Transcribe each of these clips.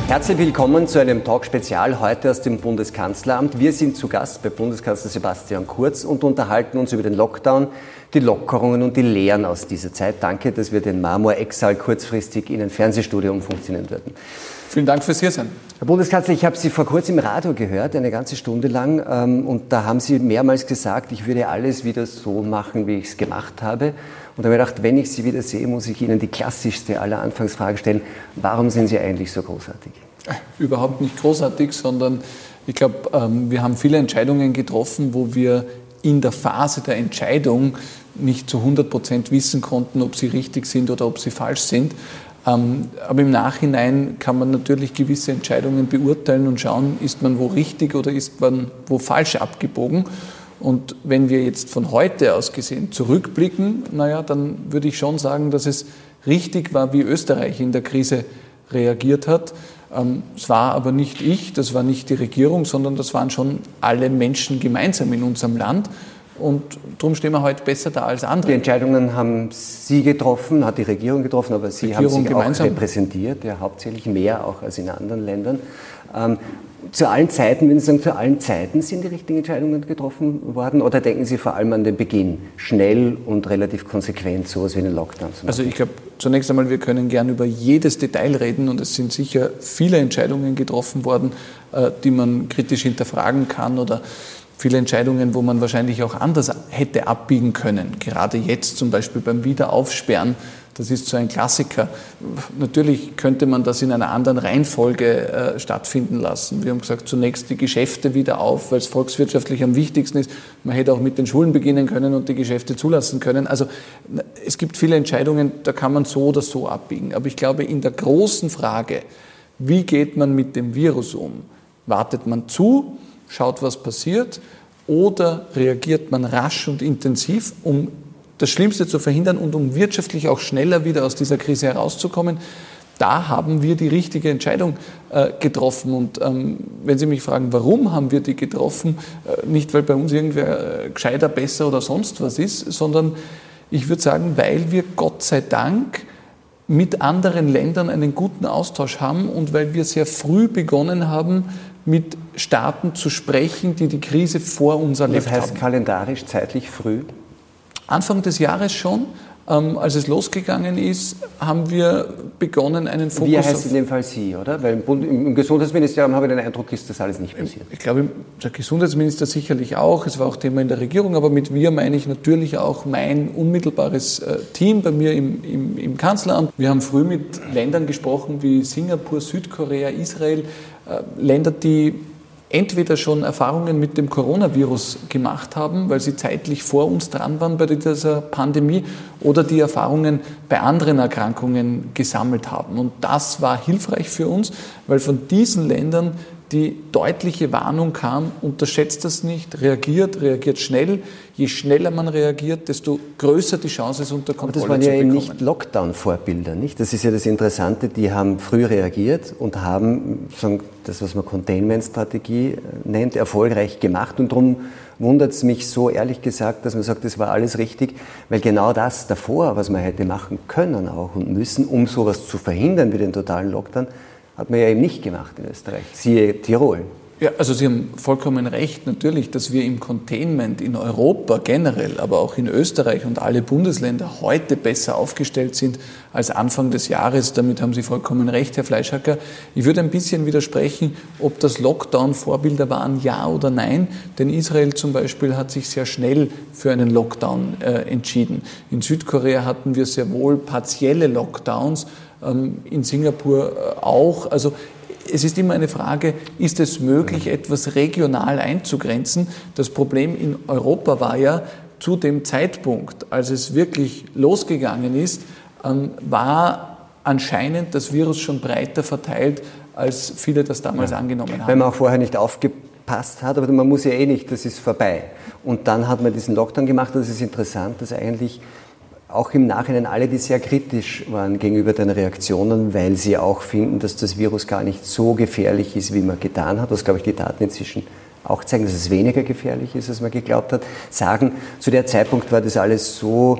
Herzlich willkommen zu einem Talk-Spezial heute aus dem Bundeskanzleramt. Wir sind zu Gast bei Bundeskanzler Sebastian Kurz und unterhalten uns über den Lockdown, die Lockerungen und die Lehren aus dieser Zeit. Danke, dass wir den Marmor-Ecksaal kurzfristig in ein Fernsehstudio umfunktionieren würden. Vielen Dank fürs Hiersein. Herr Bundeskanzler, ich habe Sie vor kurzem im Radio gehört, eine ganze Stunde lang, und da haben Sie mehrmals gesagt, ich würde alles wieder so machen, wie ich es gemacht habe. Und da habe ich gedacht, wenn ich Sie wieder sehe, muss ich Ihnen die klassischste aller Anfangsfragen stellen. Warum sind Sie eigentlich so großartig? Überhaupt nicht großartig, sondern ich glaube, wir haben viele Entscheidungen getroffen, wo wir in der Phase der Entscheidung nicht zu 100% wissen konnten, ob sie richtig sind oder ob sie falsch sind. Aber im Nachhinein kann man natürlich gewisse Entscheidungen beurteilen und schauen, ist man wo richtig oder ist man wo falsch abgebogen. Und wenn wir jetzt von heute aus gesehen zurückblicken, dann würde ich schon sagen, dass es richtig war, wie Österreich in der Krise reagiert hat. Es war aber nicht ich, das war nicht die Regierung, sondern das waren schon alle Menschen gemeinsam in unserem Land. Und darum stehen wir heute besser da als andere. Die Entscheidungen haben Sie getroffen, hat die Regierung getroffen, aber Sie haben sich gemeinsam auch repräsentiert, ja hauptsächlich mehr auch als in anderen Ländern. Zu allen Zeiten, wenn Sie sagen, zu allen Zeiten sind die richtigen Entscheidungen getroffen worden, oder denken Sie vor allem an den Beginn, schnell und relativ konsequent, sowas wie einen Lockdown zu machen? Also ich glaube, zunächst einmal, wir können gern über jedes Detail reden, und es sind sicher viele Entscheidungen getroffen worden, die man kritisch hinterfragen kann, oder viele Entscheidungen, wo man wahrscheinlich auch anders hätte abbiegen können. Gerade jetzt zum Beispiel beim Wiederaufsperren, das ist so ein Klassiker. Natürlich könnte man das in einer anderen Reihenfolge stattfinden lassen. Wir haben gesagt, zunächst die Geschäfte wieder auf, weil es volkswirtschaftlich am wichtigsten ist. Man hätte auch mit den Schulen beginnen können und die Geschäfte zulassen können. Also es gibt viele Entscheidungen, da kann man so oder so abbiegen. Aber ich glaube, in der großen Frage, wie geht man mit dem Virus um? Wartet man zu, schaut, was passiert, oder reagiert man rasch und intensiv, um das Schlimmste zu verhindern und um wirtschaftlich auch schneller wieder aus dieser Krise herauszukommen? Da haben wir die richtige Entscheidung getroffen. Und wenn Sie mich fragen, warum haben wir die getroffen, nicht weil bei uns irgendwer gescheiter, besser oder sonst was ist, sondern ich würde sagen, weil wir Gott sei Dank mit anderen Ländern einen guten Austausch haben und weil wir sehr früh begonnen haben, mit Staaten zu sprechen, die die Krise vor uns erlebt haben. Das heißt kalendarisch, zeitlich früh? Anfang des Jahres schon. Als es losgegangen ist, haben wir begonnen, einen Fokus auf... Wie heißt in dem Fall Sie, oder? Weil im Gesundheitsministerium habe ich den Eindruck, ist das alles nicht passiert. Ich glaube, der Gesundheitsminister sicherlich auch. Es war auch Thema in der Regierung. Aber mit wir meine ich natürlich auch mein unmittelbares Team bei mir im Kanzleramt. Wir haben früh mit Ländern gesprochen wie Singapur, Südkorea, Israel. Länder, die entweder schon Erfahrungen mit dem Coronavirus gemacht haben, weil sie zeitlich vor uns dran waren bei dieser Pandemie, oder die Erfahrungen bei anderen Erkrankungen gesammelt haben. Und das war hilfreich für uns, weil von diesen Ländern die deutliche Warnung kam, unterschätzt das nicht, reagiert schnell. Je schneller man reagiert, desto größer die Chance, es unter Kontrolle zu bekommen. Aber das waren ja eben nicht Lockdown-Vorbilder, nicht? Das ist ja das Interessante, die haben früh reagiert und haben das, was man Containment-Strategie nennt, erfolgreich gemacht. Und darum wundert es mich so, ehrlich gesagt, dass man sagt, das war alles richtig, weil genau das davor, was man hätte machen können auch und müssen, um sowas zu verhindern wie den totalen Lockdown, hat man ja eben nicht gemacht in Österreich, siehe Tirol. Ja, also Sie haben vollkommen recht, natürlich, dass wir im Containment in Europa generell, aber auch in Österreich und alle Bundesländer heute besser aufgestellt sind als Anfang des Jahres. Damit haben Sie vollkommen recht, Herr Fleischhacker. Ich würde ein bisschen widersprechen, ob das Lockdown Vorbilder waren, ja oder nein. Denn Israel zum Beispiel hat sich sehr schnell für einen Lockdown entschieden. In Südkorea hatten wir sehr wohl partielle Lockdowns, in Singapur auch. Also es ist immer eine Frage, ist es möglich, etwas regional einzugrenzen? Das Problem in Europa war ja, zu dem Zeitpunkt, als es wirklich losgegangen ist, war anscheinend das Virus schon breiter verteilt, als viele das damals angenommen haben. Weil man auch vorher nicht aufgepasst hat, aber man muss ja eh nicht, das ist vorbei. Und dann hat man diesen Lockdown gemacht, und es ist interessant, dass eigentlich auch im Nachhinein alle, die sehr kritisch waren gegenüber den Reaktionen, weil sie auch finden, dass das Virus gar nicht so gefährlich ist, wie man getan hat, was, glaube ich, die Daten inzwischen auch zeigen, dass es weniger gefährlich ist, als man geglaubt hat, sagen, zu der Zeitpunkt war das alles so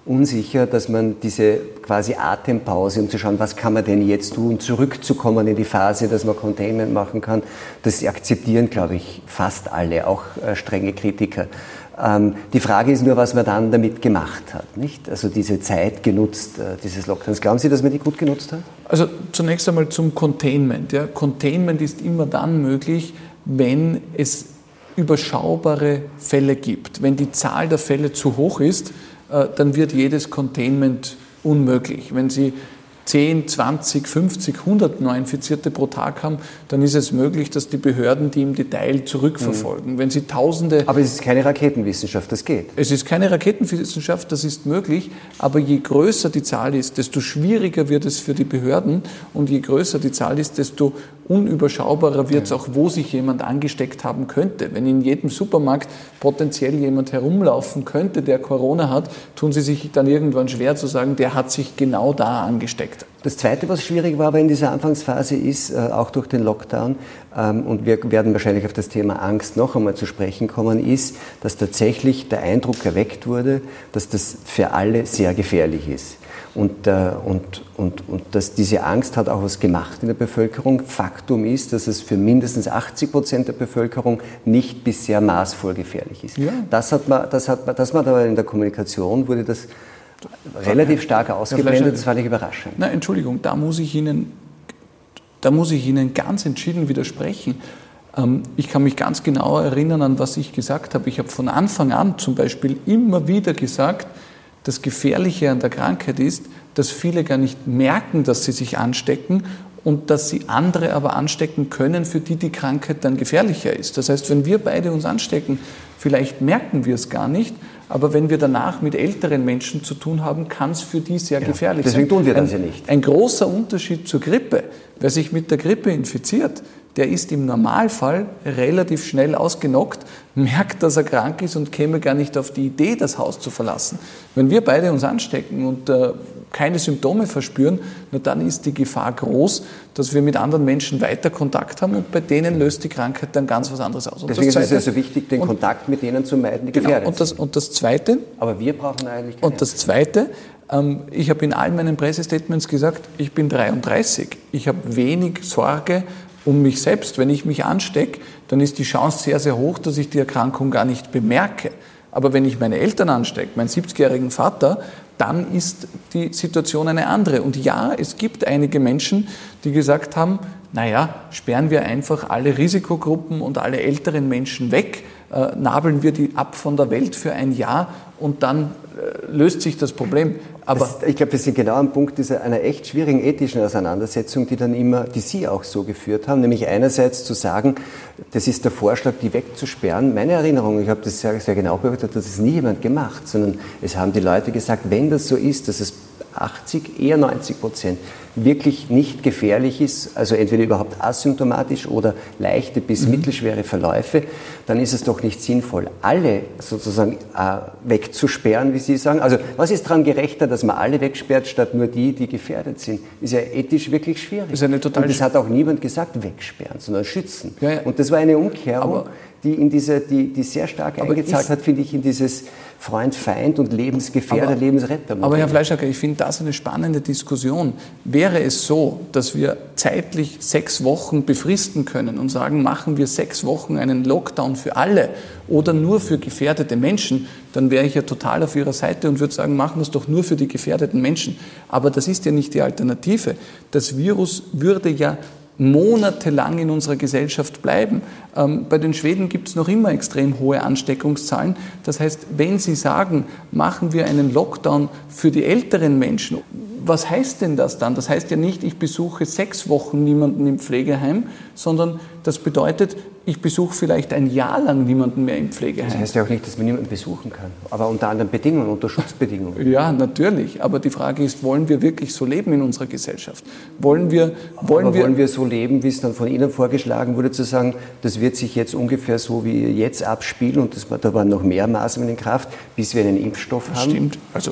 unsicher, dass man diese quasi Atempause, um zu schauen, was kann man denn jetzt tun, zurückzukommen in die Phase, dass man Containment machen kann, das akzeptieren, glaube ich, fast alle, auch strenge Kritiker. Die Frage ist nur, was man dann damit gemacht hat, nicht? Also diese Zeit genutzt, dieses Lockdowns. Glauben Sie, dass man die gut genutzt hat? Also zunächst einmal zum Containment. Ja. Containment ist immer dann möglich, wenn es überschaubare Fälle gibt. Wenn die Zahl der Fälle zu hoch ist, dann wird jedes Containment unmöglich. Wenn Sie 10, 20, 50, 100 Neuinfizierte pro Tag haben, dann ist es möglich, dass die Behörden die im Detail zurückverfolgen. Wenn Sie Tausende... Aber es ist keine Raketenwissenschaft, das geht. Es ist keine Raketenwissenschaft, das ist möglich, aber je größer die Zahl ist, desto schwieriger wird es für die Behörden und je größer die Zahl ist, desto unüberschaubarer wird es auch, wo sich jemand angesteckt haben könnte. Wenn in jedem Supermarkt potenziell jemand herumlaufen könnte, der Corona hat, tun Sie sich dann irgendwann schwer zu sagen, der hat sich genau da angesteckt. Das Zweite, was schwierig war aber in dieser Anfangsphase ist, auch durch den Lockdown, und wir werden wahrscheinlich auf das Thema Angst noch einmal zu sprechen kommen, ist, dass tatsächlich der Eindruck erweckt wurde, dass das für alle sehr gefährlich ist. Und dass diese Angst hat auch was gemacht in der Bevölkerung. Faktum ist, dass es für mindestens 80% der Bevölkerung nicht bisher maßvoll gefährlich ist. Ja. Das hat man aber in der Kommunikation wurde das relativ stark ausgeblendet, das fand ich überraschend. Nein, Entschuldigung, da muss ich Ihnen ganz entschieden widersprechen. Ich kann mich ganz genau erinnern an, was ich gesagt habe. Ich habe von Anfang an zum Beispiel immer wieder gesagt, das Gefährliche an der Krankheit ist, dass viele gar nicht merken, dass sie sich anstecken und dass sie andere aber anstecken können, für die die Krankheit dann gefährlicher ist. Das heißt, wenn wir beide uns anstecken, vielleicht merken wir es gar nicht, aber wenn wir danach mit älteren Menschen zu tun haben, kann es für die sehr gefährlich sein. Deswegen tun wir das ja nicht. Ein großer Unterschied zur Grippe. Wer sich mit der Grippe infiziert, der ist im Normalfall relativ schnell ausgenockt, merkt, dass er krank ist und käme gar nicht auf die Idee, das Haus zu verlassen. Wenn wir beide uns anstecken und keine Symptome verspüren, na dann ist die Gefahr groß, dass wir mit anderen Menschen weiter Kontakt haben und bei denen löst die Krankheit dann ganz was anderes aus. Und deswegen ist es ja so wichtig, den Kontakt mit denen zu meiden, die gefährdet sind. Und das Zweite... Aber wir brauchen eigentlich keine. Und das Zweite, ich habe in all meinen Pressestatements gesagt, ich bin 33, ich habe wenig Sorge um mich selbst. Wenn ich mich anstecke, dann ist die Chance sehr, sehr hoch, dass ich die Erkrankung gar nicht bemerke. Aber wenn ich meine Eltern anstecke, meinen 70-jährigen Vater, dann ist die Situation eine andere. Und ja, es gibt einige Menschen, die gesagt haben, naja, sperren wir einfach alle Risikogruppen und alle älteren Menschen weg, nabeln wir die ab von der Welt für ein Jahr und dann löst sich das Problem. Aber ich glaube, wir sind genau am Punkt einer echt schwierigen ethischen Auseinandersetzung, die Sie auch so geführt haben, nämlich einerseits zu sagen, das ist der Vorschlag, die wegzusperren. Meine Erinnerung, ich habe das sehr, sehr genau beobachtet, das ist nie jemand gemacht, sondern es haben die Leute gesagt, wenn das so ist, dass es 80, eher 90% wirklich nicht gefährlich ist, also entweder überhaupt asymptomatisch oder leichte bis mittelschwere Verläufe, dann ist es doch nicht sinnvoll, alle sozusagen wegzusperren, wie Sie sagen. Also was ist daran gerechter, dass man alle wegsperrt, statt nur die gefährdet sind? Ist ja ethisch wirklich schwierig. Ist eine total und das hat auch niemand gesagt, wegsperren, sondern schützen. Ja, ja. Und das war eine Umkehrung, die sehr stark eingezahlt hat, finde ich, in dieses Freund-Feind und Lebensgefährder, Lebensretter. Aber Herr Fleischacker, ich finde das eine spannende Diskussion. Wäre es so, dass wir zeitlich 6 Wochen befristen können und sagen, machen wir 6 Wochen einen Lockdown für alle oder nur für gefährdete Menschen, dann wäre ich ja total auf Ihrer Seite und würde sagen, machen wir es doch nur für die gefährdeten Menschen. Aber das ist ja nicht die Alternative. Das Virus würde ja monatelang in unserer Gesellschaft bleiben. Bei den Schweden gibt es noch immer extrem hohe Ansteckungszahlen. Das heißt, wenn Sie sagen, machen wir einen Lockdown für die älteren Menschen, was heißt denn das dann? Das heißt ja nicht, ich besuche 6 Wochen niemanden im Pflegeheim, sondern das bedeutet, ich besuche vielleicht ein Jahr lang niemanden mehr im Pflegeheim. Das heißt ja auch nicht, dass man niemanden besuchen kann, aber unter anderen Bedingungen, unter Schutzbedingungen. Ja, natürlich. Aber die Frage ist, wollen wir wirklich so leben in unserer Gesellschaft? Wollen wir so leben, wie es dann von Ihnen vorgeschlagen wurde, zu sagen, das wird sich jetzt ungefähr so wie jetzt abspielen und da waren noch mehr Maßnahmen in Kraft, bis wir einen Impfstoff haben? Stimmt. Also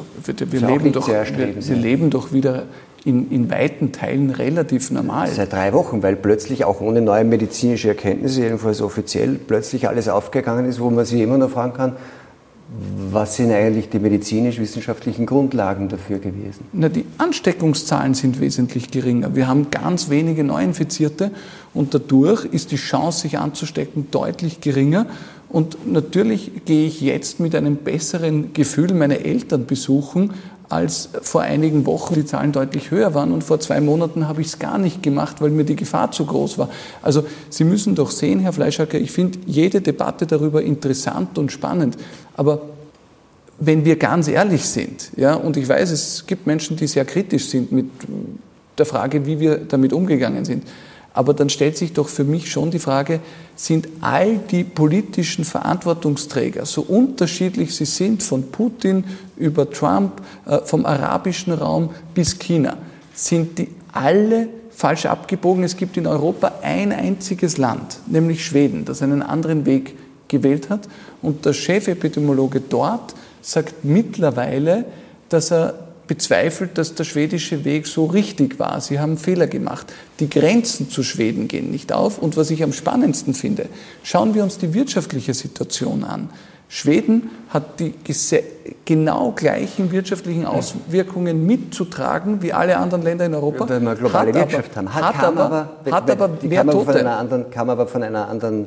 wir leben doch wieder in weiten Teilen relativ normal. Seit 3 Wochen, weil plötzlich auch ohne neue medizinische Erkenntnisse, jedenfalls offiziell, plötzlich alles aufgegangen ist, wo man sich immer noch fragen kann, Was sind eigentlich die medizinisch-wissenschaftlichen Grundlagen dafür gewesen? Na, die Ansteckungszahlen sind wesentlich geringer. Wir haben ganz wenige Neuinfizierte und dadurch ist die Chance, sich anzustecken, deutlich geringer. Und natürlich gehe ich jetzt mit einem besseren Gefühl meine Eltern besuchen, als vor einigen Wochen die Zahlen deutlich höher waren. Und vor 2 Monaten habe ich es gar nicht gemacht, weil mir die Gefahr zu groß war. Also Sie müssen doch sehen, Herr Fleischacker, ich finde jede Debatte darüber interessant und spannend. Aber wenn wir ganz ehrlich sind, ja, und ich weiß, es gibt Menschen, die sehr kritisch sind mit der Frage, wie wir damit umgegangen sind, aber dann stellt sich doch für mich schon die Frage, sind all die politischen Verantwortungsträger, so unterschiedlich sie sind, von Putin über Trump, vom arabischen Raum bis China, sind die alle falsch abgebogen? Es gibt in Europa ein einziges Land, nämlich Schweden, das einen anderen Weg gewählt hat. Und der Chefepidemiologe dort sagt mittlerweile, dass er bezweifelt, dass der schwedische Weg so richtig war. Sie haben Fehler gemacht. Die Grenzen zu Schweden gehen nicht auf. Und was ich am spannendsten finde, schauen wir uns die wirtschaftliche Situation an. Schweden hat die genau gleichen wirtschaftlichen Auswirkungen mitzutragen wie alle anderen Länder in Europa. Weil wir eine globale Wirtschaft haben. Hat aber mehr Tote. Kam aber von einer anderen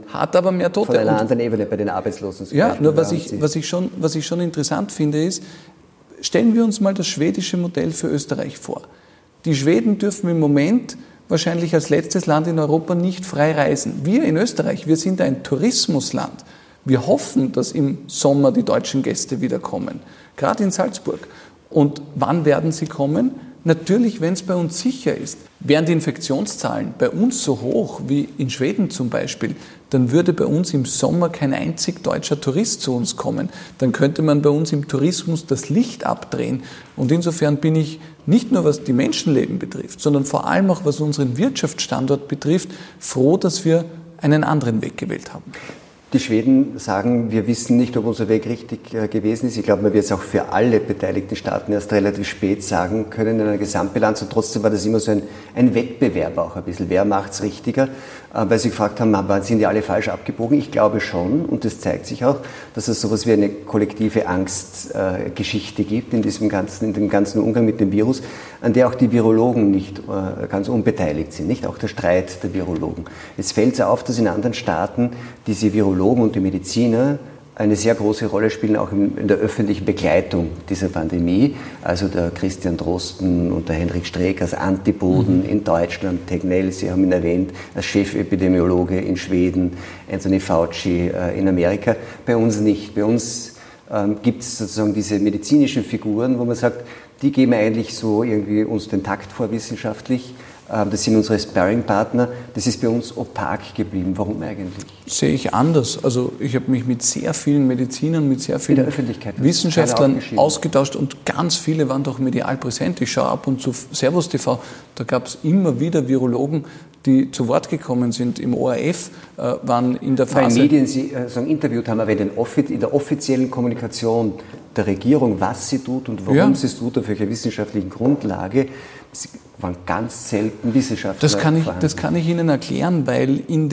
Ebene bei den Arbeitslosen. Ja, nur was ich schon interessant finde ist, stellen wir uns mal das schwedische Modell für Österreich vor. Die Schweden dürfen im Moment wahrscheinlich als letztes Land in Europa nicht frei reisen. Wir in Österreich, wir sind ein Tourismusland. Wir hoffen, dass im Sommer die deutschen Gäste wieder kommen, gerade in Salzburg. Und wann werden sie kommen? Natürlich, wenn es bei uns sicher ist. Wären die Infektionszahlen bei uns so hoch wie in Schweden zum Beispiel, dann würde bei uns im Sommer kein einzig deutscher Tourist zu uns kommen. Dann könnte man bei uns im Tourismus das Licht abdrehen. Und insofern bin ich nicht nur, was die Menschenleben betrifft, sondern vor allem auch, was unseren Wirtschaftsstandort betrifft, froh, dass wir einen anderen Weg gewählt haben. Die Schweden sagen, wir wissen nicht, ob unser Weg richtig gewesen ist. Ich glaube, man wird es auch für alle beteiligten Staaten erst relativ spät sagen können in einer Gesamtbilanz. Und trotzdem war das immer so ein Wettbewerb auch ein bisschen. Wer macht es richtiger? Weil Sie gefragt haben, sind die alle falsch abgebogen? Ich glaube schon, und das zeigt sich auch, dass es sowas wie eine kollektive Angstgeschichte gibt in dem ganzen Umgang mit dem Virus, an der auch die Virologen nicht ganz unbeteiligt sind, nicht auch der Streit der Virologen. Es fällt so auf, dass in anderen Staaten diese Virologen und die Mediziner eine sehr große Rolle spielen, auch in der öffentlichen Begleitung dieser Pandemie. Also der Christian Drosten und der Henrik Streeck als Antipoden in Deutschland, Tegnell, Sie haben ihn erwähnt, als Chefepidemiologe in Schweden, Anthony Fauci in Amerika. Bei uns nicht. Bei uns gibt es sozusagen diese medizinischen Figuren, wo man sagt, die geben eigentlich so irgendwie uns den Takt vor wissenschaftlich. Das sind unsere Sparringpartner. Das ist bei uns opak geblieben. Warum eigentlich? Sehe ich anders. Also ich habe mich mit sehr vielen Medizinern, mit sehr vielen Wissenschaftlern ausgetauscht und ganz viele waren doch medial präsent. Ich schaue ab und zu Servus TV, da gab es immer wieder Virologen, die zu Wort gekommen sind. Im ORF waren in der Phase... Weil Medien Sie interviewt haben, aber in der offiziellen Kommunikation der Regierung, was sie tut und warum sie es tut, auf welcher wissenschaftlichen Grundlage, waren ganz selten Wissenschaftler vorhanden. Das kann ich Ihnen erklären, weil in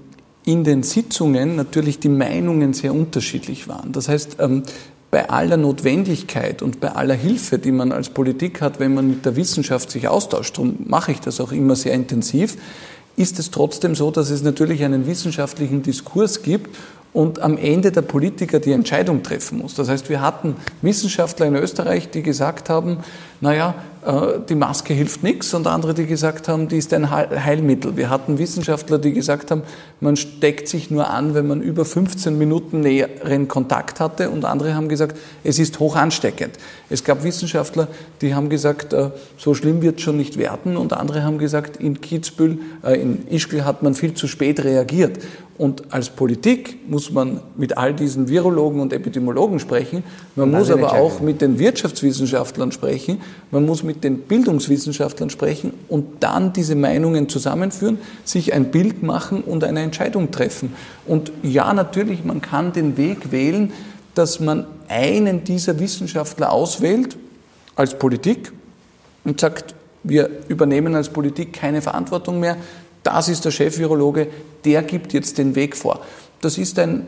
den Sitzungen natürlich die Meinungen sehr unterschiedlich waren. Das heißt, bei aller Notwendigkeit und bei aller Hilfe, die man als Politik hat, wenn man mit der Wissenschaft sich austauscht, darum mache ich das auch immer sehr intensiv, ist es trotzdem so, dass es natürlich einen wissenschaftlichen Diskurs gibt und am Ende der Politiker die Entscheidung treffen muss. Das heißt, wir hatten Wissenschaftler in Österreich, die gesagt haben, naja, die Maske hilft nichts, und andere, die gesagt haben, die ist ein Heilmittel. Wir hatten Wissenschaftler, die gesagt haben, man steckt sich nur an, wenn man über 15 Minuten näheren Kontakt hatte, und andere haben gesagt, es ist hoch ansteckend. Es gab Wissenschaftler, die haben gesagt, so schlimm wird es schon nicht werden, und andere haben gesagt, in Kitzbühel, in Ischgl hat man viel zu spät reagiert. Und als Politik muss man mit all diesen Virologen und Epidemiologen sprechen, man muss aber auch mit den Wirtschaftswissenschaftlern sprechen, man muss mit den Bildungswissenschaftlern sprechen und dann diese Meinungen zusammenführen, sich ein Bild machen und eine Entscheidung treffen. Und ja, natürlich, man kann den Weg wählen, dass man einen dieser Wissenschaftler auswählt als Politik und sagt, wir übernehmen als Politik keine Verantwortung mehr, das ist der Chefvirologe, der gibt jetzt den Weg vor. Das ist ein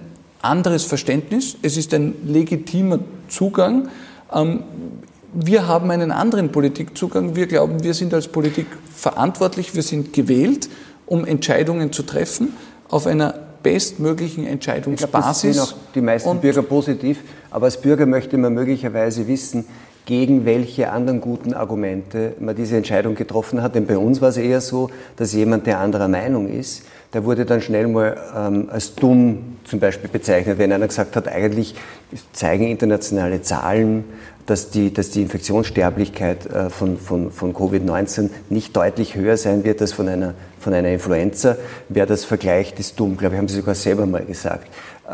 anderes Verständnis, es ist ein legitimer Zugang. Wir haben einen anderen Politikzugang. Wir glauben, wir sind als Politik verantwortlich, wir sind gewählt, um Entscheidungen zu treffen auf einer bestmöglichen Entscheidungsbasis. Ich glaube, das sehen auch die meisten Bürger positiv, aber als Bürger möchte man möglicherweise wissen, gegen welche anderen guten Argumente man diese Entscheidung getroffen hat. Denn bei uns war es eher so, dass jemand, der anderer Meinung ist, der wurde dann schnell mal als dumm zum Beispiel bezeichnet, wenn einer gesagt hat, eigentlich zeigen internationale Zahlen, dass die Infektionssterblichkeit von Covid-19 nicht deutlich höher sein wird als von einer Influenza. Wer das vergleicht, ist dumm, glaube ich, haben Sie sogar selber mal gesagt.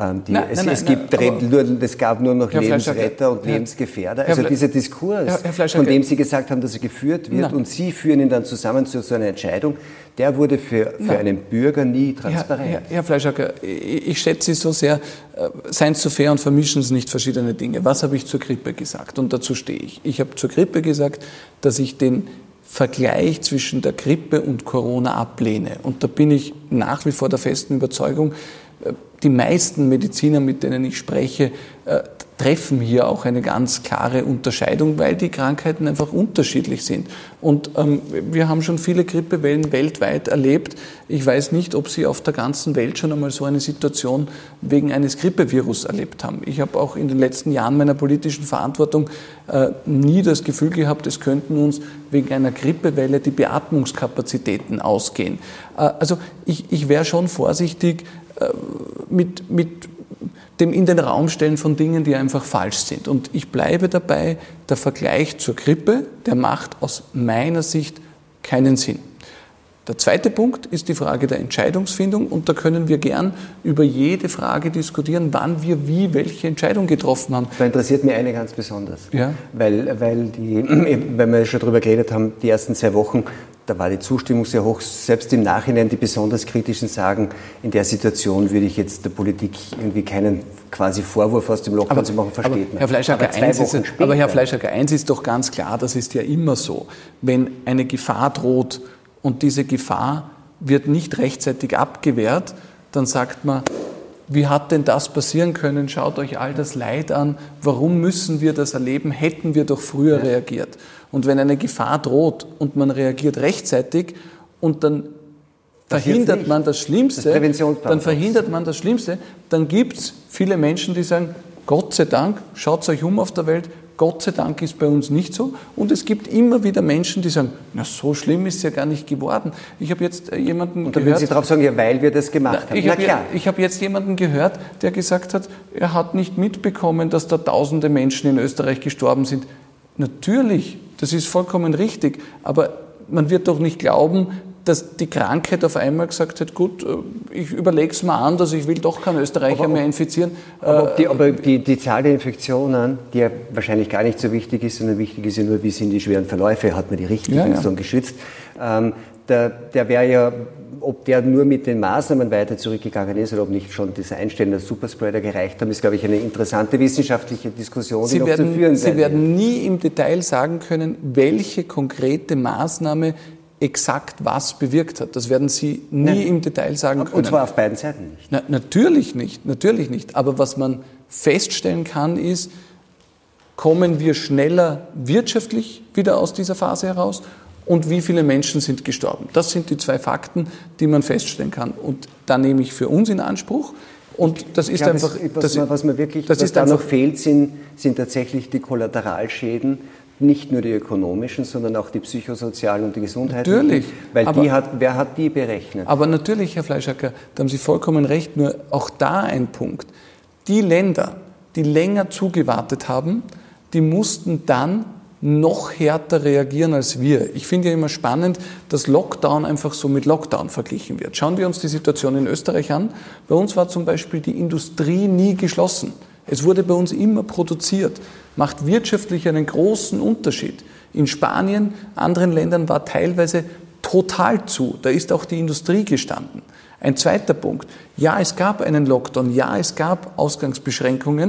Es gab nur noch Lebensretter und Lebensgefährder. Also dieser Diskurs, von dem Sie gesagt haben, dass er geführt wird und Sie führen ihn dann zusammen zu so einer Entscheidung, der wurde für einen Bürger nie transparent. Herr Fleischacker, ich schätze Sie so sehr, seien Sie so fair und vermischen Sie nicht verschiedene Dinge. Was habe ich zur Grippe gesagt? Und dazu stehe ich. Ich habe zur Grippe gesagt, dass ich den Vergleich zwischen der Grippe und Corona ablehne. Und da bin ich nach wie vor der festen Überzeugung, die meisten Mediziner, mit denen ich spreche, treffen hier auch eine ganz klare Unterscheidung, weil die Krankheiten einfach unterschiedlich sind. Und wir haben schon viele Grippewellen weltweit erlebt. Ich weiß nicht, ob Sie auf der ganzen Welt schon einmal so eine Situation wegen eines Grippevirus erlebt haben. Ich habe auch in den letzten Jahren meiner politischen Verantwortung nie das Gefühl gehabt, es könnten uns wegen einer Grippewelle die Beatmungskapazitäten ausgehen. Also ich wäre schon vorsichtig mit dem in den Raum stellen von Dingen, die einfach falsch sind. Und ich bleibe dabei, der Vergleich zur Grippe, der macht aus meiner Sicht keinen Sinn. Der zweite Punkt ist die Frage der Entscheidungsfindung und da können wir gern über jede Frage diskutieren, wann wir welche Entscheidung getroffen haben. Da interessiert mich eine ganz besonders, ja? weil wir schon darüber geredet haben, die ersten 2 Wochen, da war die Zustimmung sehr hoch, selbst im Nachhinein die besonders Kritischen sagen, in der Situation würde ich jetzt der Politik irgendwie keinen quasi Vorwurf aus dem Lockdown zu machen, versteht man. Herr Fleischacker, eins ist doch ganz klar, das ist ja immer so, wenn eine Gefahr droht und diese Gefahr wird nicht rechtzeitig abgewehrt, dann sagt man, wie hat denn das passieren können? Schaut euch all das Leid an. Warum müssen wir das erleben? Hätten wir doch früher reagiert. Und wenn eine Gefahr droht und man reagiert rechtzeitig und dann verhindert man das Schlimmste, dann gibt es viele Menschen, die sagen, Gott sei Dank, schaut euch um auf der Welt, Gott sei Dank ist bei uns nicht so. Und es gibt immer wieder Menschen, die sagen, na, so schlimm ist es ja gar nicht geworden. Ich habe jetzt jemanden und dann würden Sie darauf sagen, ja, weil wir das gemacht haben. Ich habe jetzt jemanden gehört, der gesagt hat, er hat nicht mitbekommen, dass da tausende Menschen in Österreich gestorben sind. Natürlich, das ist vollkommen richtig, aber man wird doch nicht glauben, dass die Krankheit auf einmal gesagt hat, gut, ich überlege es mal anders, ich will doch keinen Österreicher mehr infizieren. Aber die Zahl der Infektionen, die ja wahrscheinlich gar nicht so wichtig ist, sondern wichtig ist ja nur, wie sind die schweren Verläufe, hat man die richtigen so geschützt, der wäre ja, ob der nur mit den Maßnahmen weiter zurückgegangen ist oder ob nicht schon das Einstellen der Superspreader gereicht haben, ist, glaube ich, eine interessante wissenschaftliche Diskussion, die noch zu führen sein wird. Sie werden nie im Detail sagen können, welche konkrete Maßnahme exakt was bewirkt hat. Das werden Sie nie im Detail sagen können. Und zwar auf beiden Seiten nicht. Natürlich nicht. Aber was man feststellen kann, ist, kommen wir schneller wirtschaftlich wieder aus dieser Phase heraus und wie viele Menschen sind gestorben. Das sind die 2 Fakten, die man feststellen kann. Und da nehme ich für uns in Anspruch. Und das ist einfach... Was da noch fehlt, sind tatsächlich die Kollateralschäden, nicht nur die ökonomischen, sondern auch die psychosozialen und die gesundheitlichen. Natürlich. Weil wer hat die berechnet? Aber natürlich, Herr Fleischacker, da haben Sie vollkommen recht, nur auch da ein Punkt. Die Länder, die länger zugewartet haben, die mussten dann noch härter reagieren als wir. Ich finde ja immer spannend, dass Lockdown einfach so mit Lockdown verglichen wird. Schauen wir uns die Situation in Österreich an. Bei uns war zum Beispiel die Industrie nie geschlossen. Es wurde bei uns immer produziert, macht wirtschaftlich einen großen Unterschied. In Spanien, anderen Ländern war teilweise total zu. Da ist auch die Industrie gestanden. Ein zweiter Punkt. Ja, es gab einen Lockdown. Ja, es gab Ausgangsbeschränkungen.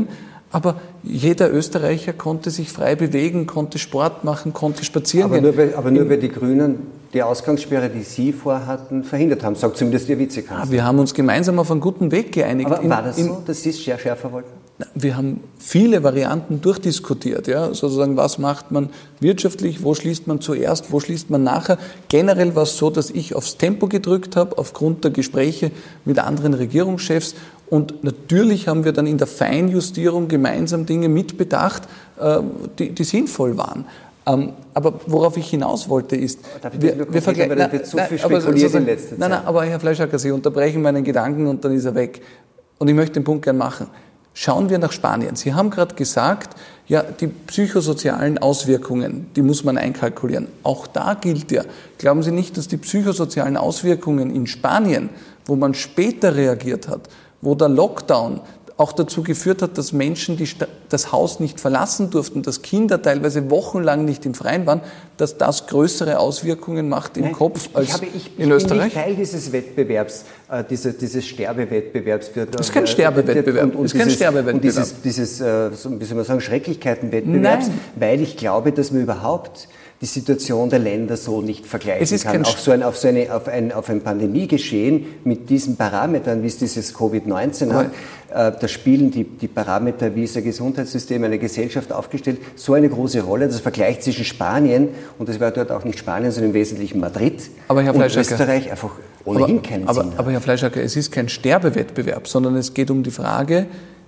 Aber jeder Österreicher konnte sich frei bewegen, konnte Sport machen, konnte spazieren gehen. Nur weil die Grünen die Ausgangssperre, die Sie vorhatten, verhindert haben, sagt zumindest Ihr Vizekanzler. Wir haben uns gemeinsam auf einen guten Weg geeinigt. Aber war das so, dass Sie es schärfer wollten? Wir haben viele Varianten durchdiskutiert. Ja? Sozusagen, was macht man wirtschaftlich, wo schließt man zuerst, wo schließt man nachher. Generell war es so, dass ich aufs Tempo gedrückt habe, aufgrund der Gespräche mit anderen Regierungschefs. Und natürlich haben wir dann in der Feinjustierung gemeinsam Dinge mitbedacht, die sinnvoll waren. Aber worauf ich hinaus wollte ist, wir vergleichen... Da wird so viel spekuliert in letzter Zeit. Nein, aber Herr Fleischacker, Sie unterbrechen meinen Gedanken und dann ist er weg. Und ich möchte den Punkt gern machen. Schauen wir nach Spanien. Sie haben gerade gesagt, ja, die psychosozialen Auswirkungen, die muss man einkalkulieren. Auch da gilt ja, glauben Sie nicht, dass die psychosozialen Auswirkungen in Spanien, wo man später reagiert hat, wo der Lockdown auch dazu geführt hat, dass Menschen das Haus nicht verlassen durften, dass Kinder teilweise wochenlang nicht im Freien waren, dass das größere Auswirkungen macht im Kopf als in Österreich? Ich bin nicht Teil dieses Wettbewerbs, dieses Sterbewettbewerbs. Das ist kein Sterbewettbewerb. Und dieses, wie soll man sagen, Schrecklichkeitenwettbewerbs, weil ich glaube, dass man überhaupt die Situation der Länder so nicht vergleichen kann. Auf ein Pandemiegeschehen mit diesen Parametern, wie es dieses Covid-19 hat, da spielen die Parameter, wie ist ein Gesundheitssystem, eine Gesellschaft aufgestellt, so eine große Rolle. Das Vergleich zwischen Spanien, und das war dort auch nicht Spanien, sondern im Wesentlichen Madrid und Österreich, einfach ohnehin keinen Sinn hat. Aber Herr Fleischacker, es ist kein Sterbewettbewerb, sondern es geht um die Frage,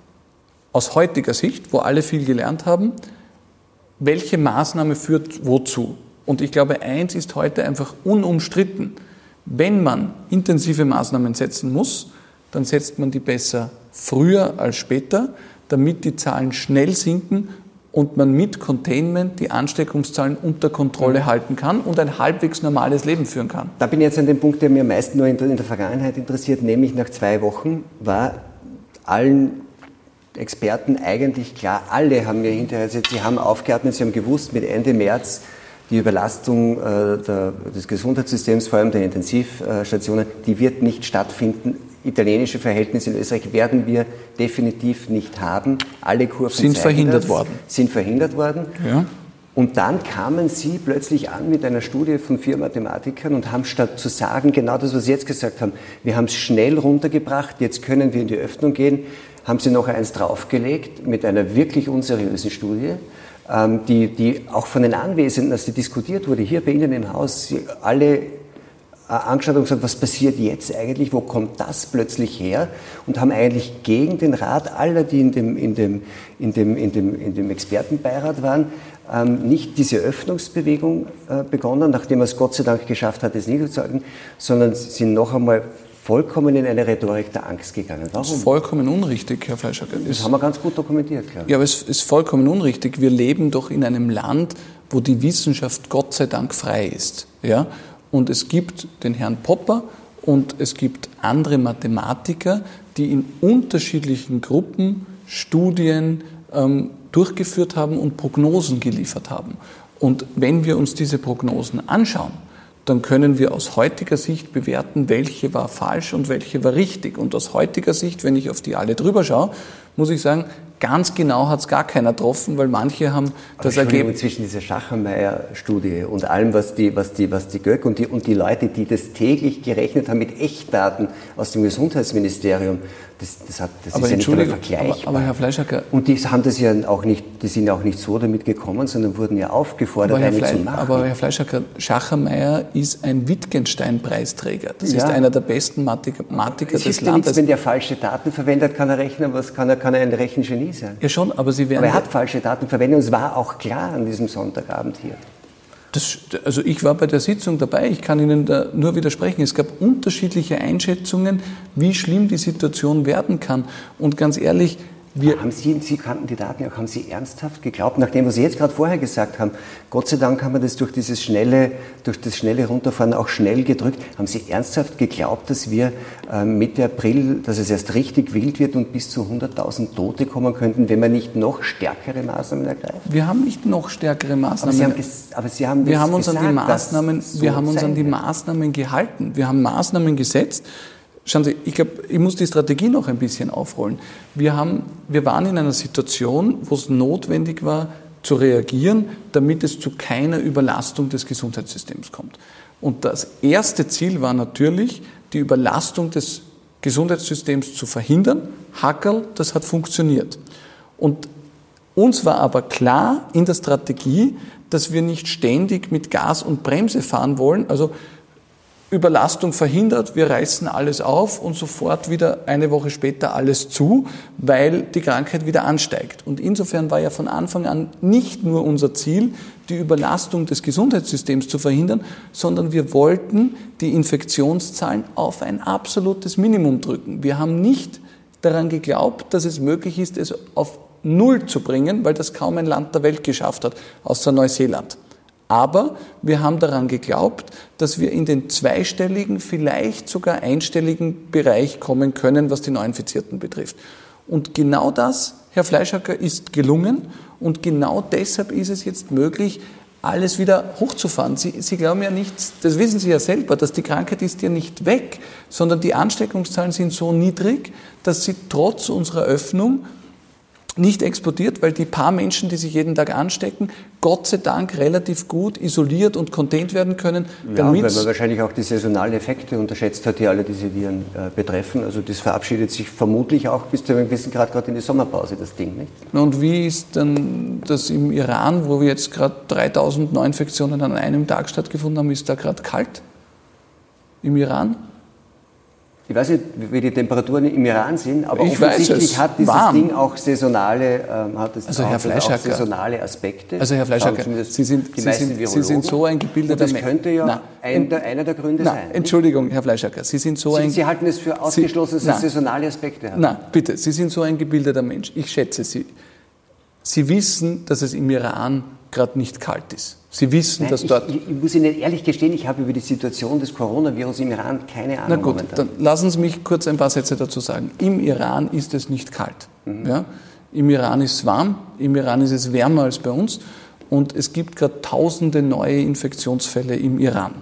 aus heutiger Sicht, wo alle viel gelernt haben, welche Maßnahme führt wozu? Und ich glaube, eins ist heute einfach unumstritten. Wenn man intensive Maßnahmen setzen muss, dann setzt man die besser früher als später, damit die Zahlen schnell sinken und man mit Containment die Ansteckungszahlen unter Kontrolle halten kann und ein halbwegs normales Leben führen kann. Da bin ich jetzt an dem Punkt, der mir am meisten nur in der Vergangenheit interessiert, nämlich nach 2 Wochen war allen Experten eigentlich klar, alle haben mir hinterher gesagt, sie haben aufgeatmet, sie haben gewusst, mit Ende März die Überlastung des Gesundheitssystems, vor allem der Intensivstationen, die wird nicht stattfinden. Italienische Verhältnisse in Österreich werden wir definitiv nicht haben. Alle Kurven sind verhindert worden. Ja. Und dann kamen Sie plötzlich an mit einer Studie von 4 Mathematikern und haben statt zu sagen, genau das, was Sie jetzt gesagt haben, wir haben es schnell runtergebracht, jetzt können wir in die Öffnung gehen, haben Sie noch eins draufgelegt mit einer wirklich unseriösen Studie, die auch von den Anwesenden, als die diskutiert wurde, hier bei Ihnen im Haus, Sie alle angeschaut und gesagt, was passiert jetzt eigentlich, wo kommt das plötzlich her? Und haben eigentlich gegen den Rat aller, die in dem Expertenbeirat waren, nicht diese Öffnungsbewegung begonnen, nachdem er es Gott sei Dank geschafft hat, es niederzuhalten, sondern sind noch einmal vollkommen in eine Rhetorik der Angst gegangen. Warum? Das ist vollkommen unrichtig, Herr Fleischacker. Das haben wir ganz gut dokumentiert, glaube ich. Ja, aber es ist vollkommen unrichtig. Wir leben doch in einem Land, wo die Wissenschaft Gott sei Dank frei ist. Ja? Und es gibt den Herrn Popper und es gibt andere Mathematiker, die in unterschiedlichen Gruppen Studien durchgeführt haben und Prognosen geliefert haben. Und wenn wir uns diese Prognosen anschauen, dann können wir aus heutiger Sicht bewerten, welche war falsch und welche war richtig. Und aus heutiger Sicht, wenn ich auf die alle drüber schaue, muss ich sagen, ganz genau hat es gar keiner getroffen, weil manche haben das Ergebnis... Zwischen dieser Schachermeier-Studie und allem, was die Göck und die Leute, die das täglich gerechnet haben mit Echtdaten aus dem Gesundheitsministerium, das ist ja nicht einmal vergleichbar. Aber Herr Fleischacker... Und die haben das ja auch nicht, die sind ja auch nicht so damit gekommen, sondern wurden ja aufgefordert, eine zu machen. Aber Herr Fleischacker, Schachermeier ist ein Wittgenstein-Preisträger. Das ist einer der besten Mathematiker des Landes. Nichts, wenn der falsche Daten verwendet, kann er rechnen, kann er ein Rechengenie sein. Ja schon, aber Sie werden... Aber er hat falsche Daten verwendet und es war auch klar an diesem Sonntagabend hier. Also ich war bei der Sitzung dabei, ich kann Ihnen da nur widersprechen. Es gab unterschiedliche Einschätzungen, wie schlimm die Situation werden kann. Und ganz ehrlich, Sie kannten die Daten auch, haben Sie ernsthaft geglaubt, nachdem, was Sie jetzt gerade vorher gesagt haben, Gott sei Dank haben wir das durch das schnelle Runterfahren auch schnell gedrückt, haben Sie ernsthaft geglaubt, dass wir Mitte April, dass es erst richtig wild wird und bis zu 100.000 Tote kommen könnten, wenn wir nicht noch stärkere Maßnahmen ergreifen? Wir haben nicht noch stärkere Maßnahmen. Wir haben uns an die Maßnahmen gehalten. Wir haben Maßnahmen gesetzt. Schauen Sie, ich glaube, ich muss die Strategie noch ein bisschen aufrollen. Wir waren in einer Situation, wo es notwendig war, zu reagieren, damit es zu keiner Überlastung des Gesundheitssystems kommt. Und das erste Ziel war natürlich, die Überlastung des Gesundheitssystems zu verhindern. Hackerl, das hat funktioniert. Und uns war aber klar in der Strategie, dass wir nicht ständig mit Gas und Bremse fahren wollen, also Überlastung verhindert, wir reißen alles auf und sofort wieder eine Woche später alles zu, weil die Krankheit wieder ansteigt. Und insofern war ja von Anfang an nicht nur unser Ziel, die Überlastung des Gesundheitssystems zu verhindern, sondern wir wollten die Infektionszahlen auf ein absolutes Minimum drücken. Wir haben nicht daran geglaubt, dass es möglich ist, es auf Null zu bringen, weil das kaum ein Land der Welt geschafft hat, außer Neuseeland. Aber wir haben daran geglaubt, dass wir in den zweistelligen, vielleicht sogar einstelligen Bereich kommen können, was die Neuinfizierten betrifft. Und genau das, Herr Fleischhacker, ist gelungen. Und genau deshalb ist es jetzt möglich, alles wieder hochzufahren. Sie glauben ja nicht, das wissen Sie ja selber, dass die Krankheit ist ja nicht weg, sondern die Ansteckungszahlen sind so niedrig, dass sie trotz unserer Öffnung nicht explodiert, weil die paar Menschen, die sich jeden Tag anstecken, Gott sei Dank relativ gut isoliert und contained werden können. Ja, weil man wahrscheinlich auch die saisonalen Effekte unterschätzt hat, die alle diese Viren betreffen. Also das verabschiedet sich vermutlich auch bis zu einem gewissen Grad gerade in die Sommerpause, das Ding, nicht? Und wie ist denn das im Iran, wo wir jetzt gerade 3000 Neuinfektionen an einem Tag stattgefunden haben, ist da gerade kalt? Im Iran? Ich weiß nicht, wie die Temperaturen im Iran sind, aber offensichtlich hat dieses Ding auch saisonale, saisonale Aspekte. Also Herr Fleischhacker, Sie sind so ein gebildeter Mensch. Das könnte ja einer der Gründe sein. Entschuldigung, Herr Fleischhacker, Sie halten es für ausgeschlossen, dass es saisonale Aspekte hat. Nein, bitte, Sie sind so ein gebildeter Mensch. Ich schätze Sie. Sie wissen, dass es im Iran gerade nicht kalt ist. Sie wissen, dass dort... Ich muss Ihnen ehrlich gestehen, ich habe über die Situation des Coronavirus im Iran keine Ahnung. Na gut, momentan. Dann lassen Sie mich kurz ein paar Sätze dazu sagen. Im Iran ist es nicht kalt. Ja? Im Iran ist es warm, im Iran ist es wärmer als bei uns und es gibt gerade tausende neue Infektionsfälle im Iran.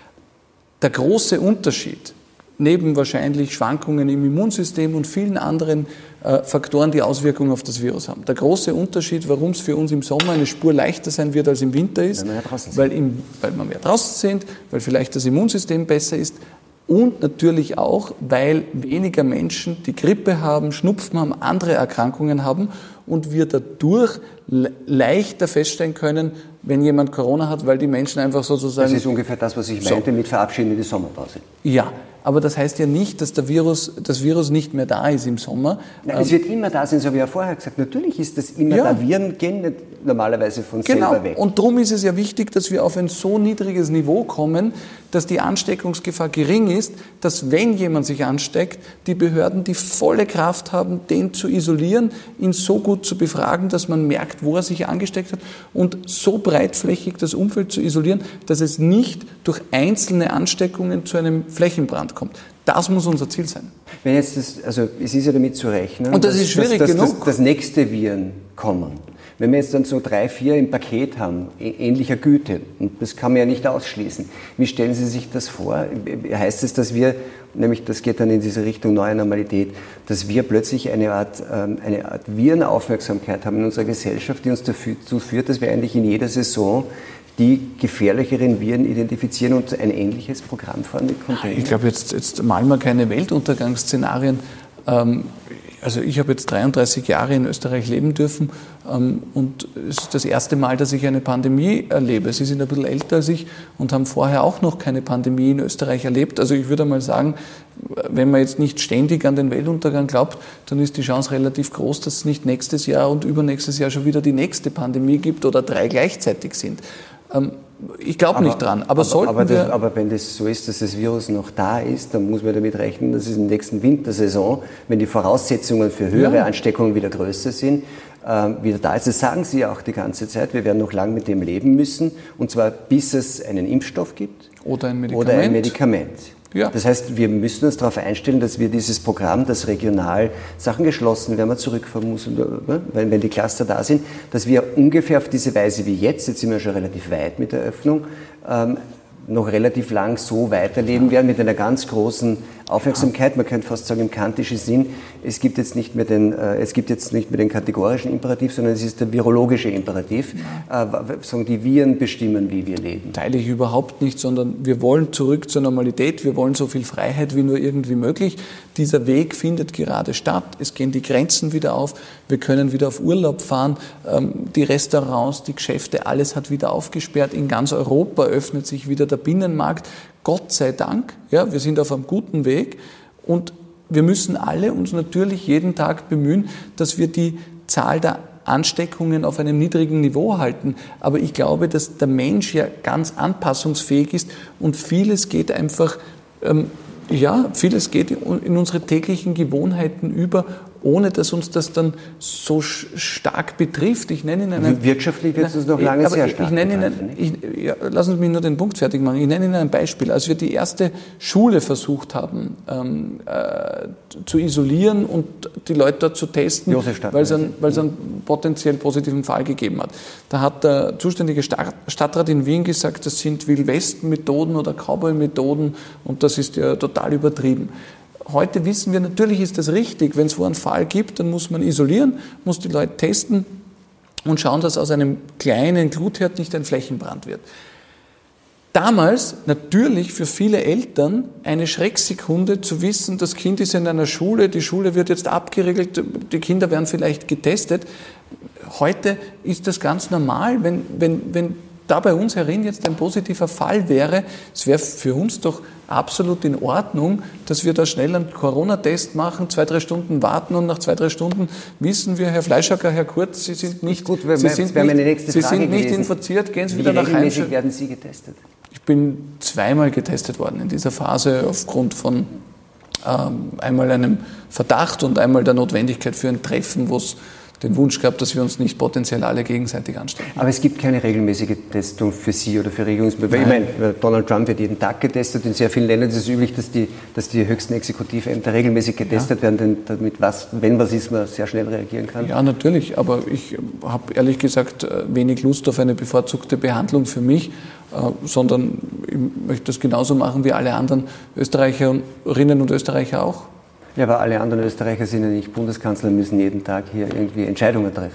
Der große Unterschied, neben wahrscheinlich Schwankungen im Immunsystem und vielen anderen Faktoren, die Auswirkungen auf das Virus haben. Der große Unterschied, warum es für uns im Sommer eine Spur leichter sein wird als im Winter ist, weil wir mehr draußen sind, weil vielleicht das Immunsystem besser ist und natürlich auch, weil weniger Menschen die Grippe haben, Schnupfen haben, andere Erkrankungen haben und wir dadurch leichter feststellen können, wenn jemand Corona hat, weil die Menschen einfach sozusagen... Das ist ungefähr das, was ich meinte mit Verabschieden in die Sommerpause. Ja, aber das heißt ja nicht, dass das Virus nicht mehr da ist im Sommer. Nein, es wird immer da sein, so habe ich ja vorher gesagt. Natürlich ist das immer da. Viren gehen nicht normalerweise von selber weg. Und darum ist es ja wichtig, dass wir auf ein so niedriges Niveau kommen, dass die Ansteckungsgefahr gering ist, dass wenn jemand sich ansteckt, die Behörden die volle Kraft haben, den zu isolieren, ihn so gut zu befragen, dass man merkt, wo er sich angesteckt hat und so breitflächig das Umfeld zu isolieren, dass es nicht durch einzelne Ansteckungen zu einem Flächenbrand kommt. Das muss unser Ziel sein. Wenn jetzt es ist ja damit zu rechnen, und das ist schwierig genug. Dass nächste Viren kommen. Wenn wir jetzt dann so 3, 4 im Paket haben, ähnlicher Güte, und das kann man ja nicht ausschließen, wie stellen Sie sich das vor? Heißt es, dass wir, nämlich das geht dann in diese Richtung neue Normalität, dass wir plötzlich eine Art Virenaufmerksamkeit haben in unserer Gesellschaft, die uns dazu führt, dass wir eigentlich in jeder Saison die gefährlicheren Viren identifizieren und ein ähnliches Programm fahren mit Containern? Ich glaube, jetzt malen wir keine Weltuntergangsszenarien. Also ich habe jetzt 33 Jahre in Österreich leben dürfen und es ist das erste Mal, dass ich eine Pandemie erlebe. Sie sind ein bisschen älter als ich und haben vorher auch noch keine Pandemie in Österreich erlebt. Also ich würde mal sagen, wenn man jetzt nicht ständig an den Weltuntergang glaubt, dann ist die Chance relativ groß, dass es nicht nächstes Jahr und übernächstes Jahr schon wieder die nächste Pandemie gibt oder 3 gleichzeitig sind. Ich glaube nicht dran. Aber wenn das so ist, dass das Virus noch da ist, dann muss man damit rechnen, dass es in der nächsten Wintersaison, wenn die Voraussetzungen für höhere Ansteckungen wieder größer sind, wieder da ist. Das sagen Sie ja auch die ganze Zeit. Wir werden noch lange mit dem leben müssen. Und zwar bis es einen Impfstoff gibt oder ein Medikament. Ja. Das heißt, wir müssen uns darauf einstellen, dass wir dieses Programm, das regional Sachen geschlossen werden, wir zurückfahren muss, wenn die Cluster da sind, dass wir ungefähr auf diese Weise wie jetzt sind wir schon relativ weit mit der Öffnung, noch relativ lang so weiterleben werden mit einer ganz großen Aufmerksamkeit, man könnte fast sagen im kantischen Sinn, es gibt jetzt nicht mehr den kategorischen Imperativ, sondern es ist der virologische Imperativ. Sagen, die Viren bestimmen, wie wir leben. Teile ich überhaupt nicht, sondern wir wollen zurück zur Normalität, wir wollen so viel Freiheit wie nur irgendwie möglich. Dieser Weg findet gerade statt, es gehen die Grenzen wieder auf, wir können wieder auf Urlaub fahren, die Restaurants, die Geschäfte, alles hat wieder aufgesperrt, in ganz Europa öffnet sich wieder der Binnenmarkt. Gott sei Dank, ja, wir sind auf einem guten Weg und wir müssen alle uns natürlich jeden Tag bemühen, dass wir die Zahl der Ansteckungen auf einem niedrigen Niveau halten. Aber ich glaube, dass der Mensch ja ganz anpassungsfähig ist und vieles geht einfach, vieles geht in unsere täglichen Gewohnheiten über, ohne dass uns das dann so stark betrifft. Ich nenne Ihnen wirtschaftlich wird es noch lange sehr stark lassen Sie mich nur den Punkt fertig machen. Ich nenne Ihnen ein Beispiel. Als wir die erste Schule versucht haben zu isolieren und die Leute dort zu testen, weil es einen potenziell positiven Fall gegeben hat, da hat der zuständige Stadtrat in Wien gesagt, das sind Wildwest-Methoden oder Cowboy-Methoden und das ist ja total übertrieben. Heute wissen wir, natürlich ist das richtig. Wenn es wo einen Fall gibt, dann muss man isolieren, muss die Leute testen und schauen, dass aus einem kleinen Glutherd nicht ein Flächenbrand wird. Damals natürlich für viele Eltern eine Schrecksekunde zu wissen, das Kind ist in einer Schule, die Schule wird jetzt abgeriegelt, die Kinder werden vielleicht getestet. Heute ist das ganz normal, wenn da bei uns herin jetzt ein positiver Fall wäre, es wäre für uns doch absolut in Ordnung, dass wir da schnell einen Corona-Test machen, 2-3 Stunden warten und nach 2-3 Stunden wissen wir, Herr Fleischacker, Herr Kurz, Sie sind nicht infiziert, gehen Sie wieder nach Hause. Wie regelmäßig werden Sie getestet? Ich bin 2-mal getestet worden in dieser Phase aufgrund von einmal einem Verdacht und einmal der Notwendigkeit für ein Treffen, wo es den Wunsch gehabt, dass wir uns nicht potenziell alle gegenseitig anstecken. Aber es gibt keine regelmäßig Testung für Sie oder für Regierungsmitglieder. Ich meine, Donald Trump wird jeden Tag getestet. In sehr vielen Ländern ist es üblich, dass die höchsten Exekutivämter regelmäßig getestet werden, damit wenn was ist, man sehr schnell reagieren kann. Ja, natürlich. Aber ich habe ehrlich gesagt wenig Lust auf eine bevorzugte Behandlung für mich, sondern ich möchte das genauso machen wie alle anderen Österreicherinnen und Österreicher auch. Ja, aber alle anderen Österreicher sind ja nicht Bundeskanzler, müssen jeden Tag hier irgendwie Entscheidungen treffen.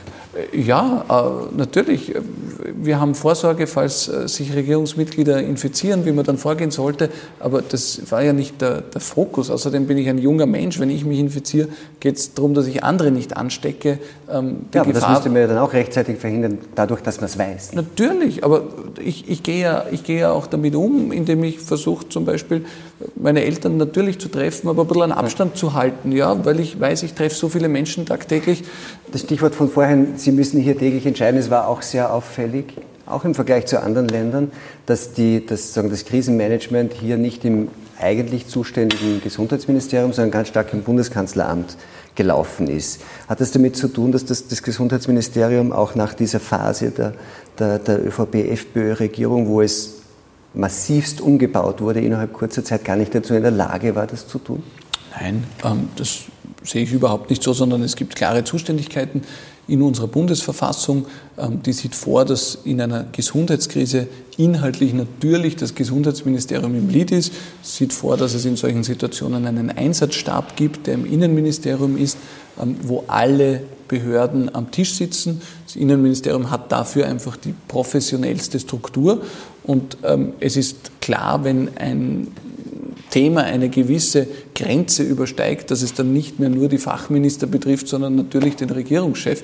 Ja, natürlich. Wir haben Vorsorge, falls sich Regierungsmitglieder infizieren, wie man dann vorgehen sollte. Aber das war ja nicht der Fokus. Außerdem bin ich ein junger Mensch. Wenn ich mich infiziere, geht es darum, dass ich andere nicht anstecke. Aber das müsste man ja dann auch rechtzeitig verhindern, dadurch, dass man es weiß. Natürlich, aber ich gehe ja auch damit um, indem ich versuche, zum Beispiel meine Eltern natürlich zu treffen, aber ein bisschen einen Abstand zu halten, ja, weil ich weiß, ich treffe so viele Menschen tagtäglich. Das Stichwort von vorhin, Sie müssen hier täglich entscheiden, es war auch sehr auffällig, auch im Vergleich zu anderen Ländern, dass das Krisenmanagement hier nicht im eigentlich zuständigen Gesundheitsministerium, sondern ganz stark im Bundeskanzleramt gelaufen ist. Hat das damit zu tun, dass das Gesundheitsministerium auch nach dieser Phase der ÖVP-FPÖ-Regierung, wo es massivst umgebaut wurde, innerhalb kurzer Zeit gar nicht dazu in der Lage war, das zu tun? Nein, das sehe ich überhaupt nicht so, sondern es gibt klare Zuständigkeiten in unserer Bundesverfassung. Die sieht vor, dass in einer Gesundheitskrise inhaltlich natürlich das Gesundheitsministerium im Lead ist. Es sieht vor, dass es in solchen Situationen einen Einsatzstab gibt, der im Innenministerium ist, wo alle Behörden am Tisch sitzen. Das Innenministerium hat dafür einfach die professionellste Struktur. Und es ist klar, wenn ein Thema eine gewisse Grenze übersteigt, dass es dann nicht mehr nur die Fachminister betrifft, sondern natürlich den Regierungschef.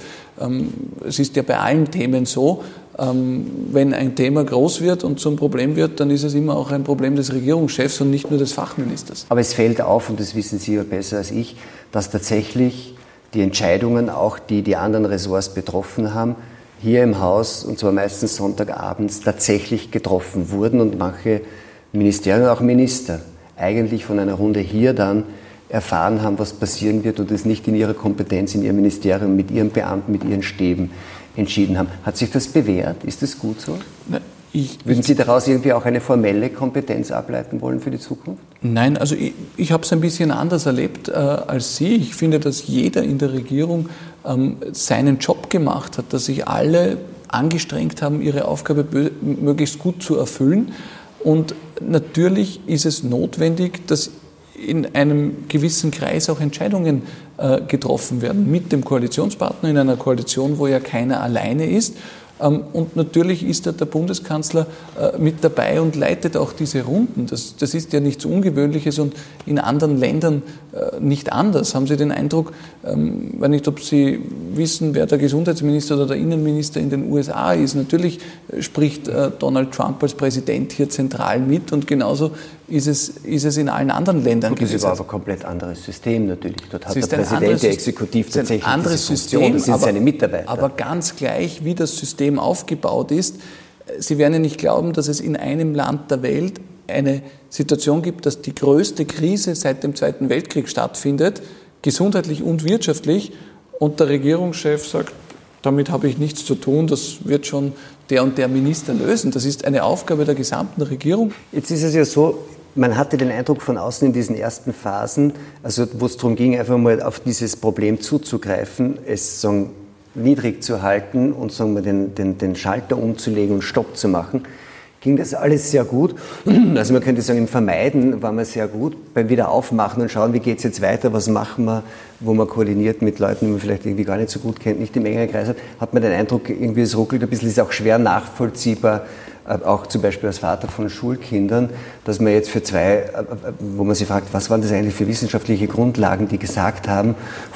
Es ist ja bei allen Themen so, wenn ein Thema groß wird und zum Problem wird, dann ist es immer auch ein Problem des Regierungschefs und nicht nur des Fachministers. Aber es fällt auf, und das wissen Sie ja besser als ich, dass tatsächlich die Entscheidungen, auch die anderen Ressorts betroffen haben, hier im Haus, und zwar meistens Sonntagabends, tatsächlich getroffen wurden und manche Ministerien, auch Minister, eigentlich von einer Runde hier dann erfahren haben, was passieren wird und es nicht in ihrer Kompetenz, in ihrem Ministerium, mit ihren Beamten, mit ihren Stäben entschieden haben. Hat sich das bewährt? Ist das gut so? Würden Sie daraus irgendwie auch eine formelle Kompetenz ableiten wollen für die Zukunft? Nein, also ich habe es ein bisschen anders erlebt als Sie. Ich finde, dass jeder in der Regierung seinen Job gemacht hat, dass sich alle angestrengt haben, ihre Aufgabe möglichst gut zu erfüllen. Und natürlich ist es notwendig, dass in einem gewissen Kreis auch Entscheidungen getroffen werden mit dem Koalitionspartner in einer Koalition, wo ja keiner alleine ist. Und natürlich ist da der Bundeskanzler mit dabei und leitet auch diese Runden. Das ist ja nichts Ungewöhnliches und in anderen Ländern nicht anders. Haben Sie den Eindruck, ich weiß nicht, ob Sie wissen, wer der Gesundheitsminister oder der Innenminister in den USA ist. Natürlich spricht Donald Trump als Präsident hier zentral mit und genauso ist es in allen anderen Ländern gewesen. Das ist aber ein komplett anderes System natürlich. Dort hat der Präsident, der Exekutiv tatsächlich ein anderes diese Funktion, das sind seine Mitarbeiter. Aber ganz gleich, wie das System aufgebaut ist, Sie werden ja nicht glauben, dass es in einem Land der Welt eine Situation gibt, dass die größte Krise seit dem Zweiten Weltkrieg stattfindet, gesundheitlich und wirtschaftlich, und der Regierungschef sagt, damit habe ich nichts zu tun, das wird schon der und der Minister lösen. Das ist eine Aufgabe der gesamten Regierung. Jetzt ist es ja so, man hatte den Eindruck von außen in diesen ersten Phasen, also wo es darum ging, einfach mal auf dieses Problem zuzugreifen, es niedrig zu halten und den Schalter umzulegen und Stopp zu machen, ging das alles sehr gut. Also man könnte sagen, im Vermeiden war man sehr gut, beim Wiederaufmachen und schauen, wie geht es jetzt weiter, was machen wir, wo man koordiniert mit Leuten, die man vielleicht irgendwie gar nicht so gut kennt, nicht im engeren Kreis hat man den Eindruck, irgendwie es ruckelt ein bisschen, ist auch schwer nachvollziehbar, auch zum Beispiel als Vater von Schulkindern, dass man jetzt für wo man sich fragt, was waren das eigentlich für wissenschaftliche Grundlagen, die gesagt haben,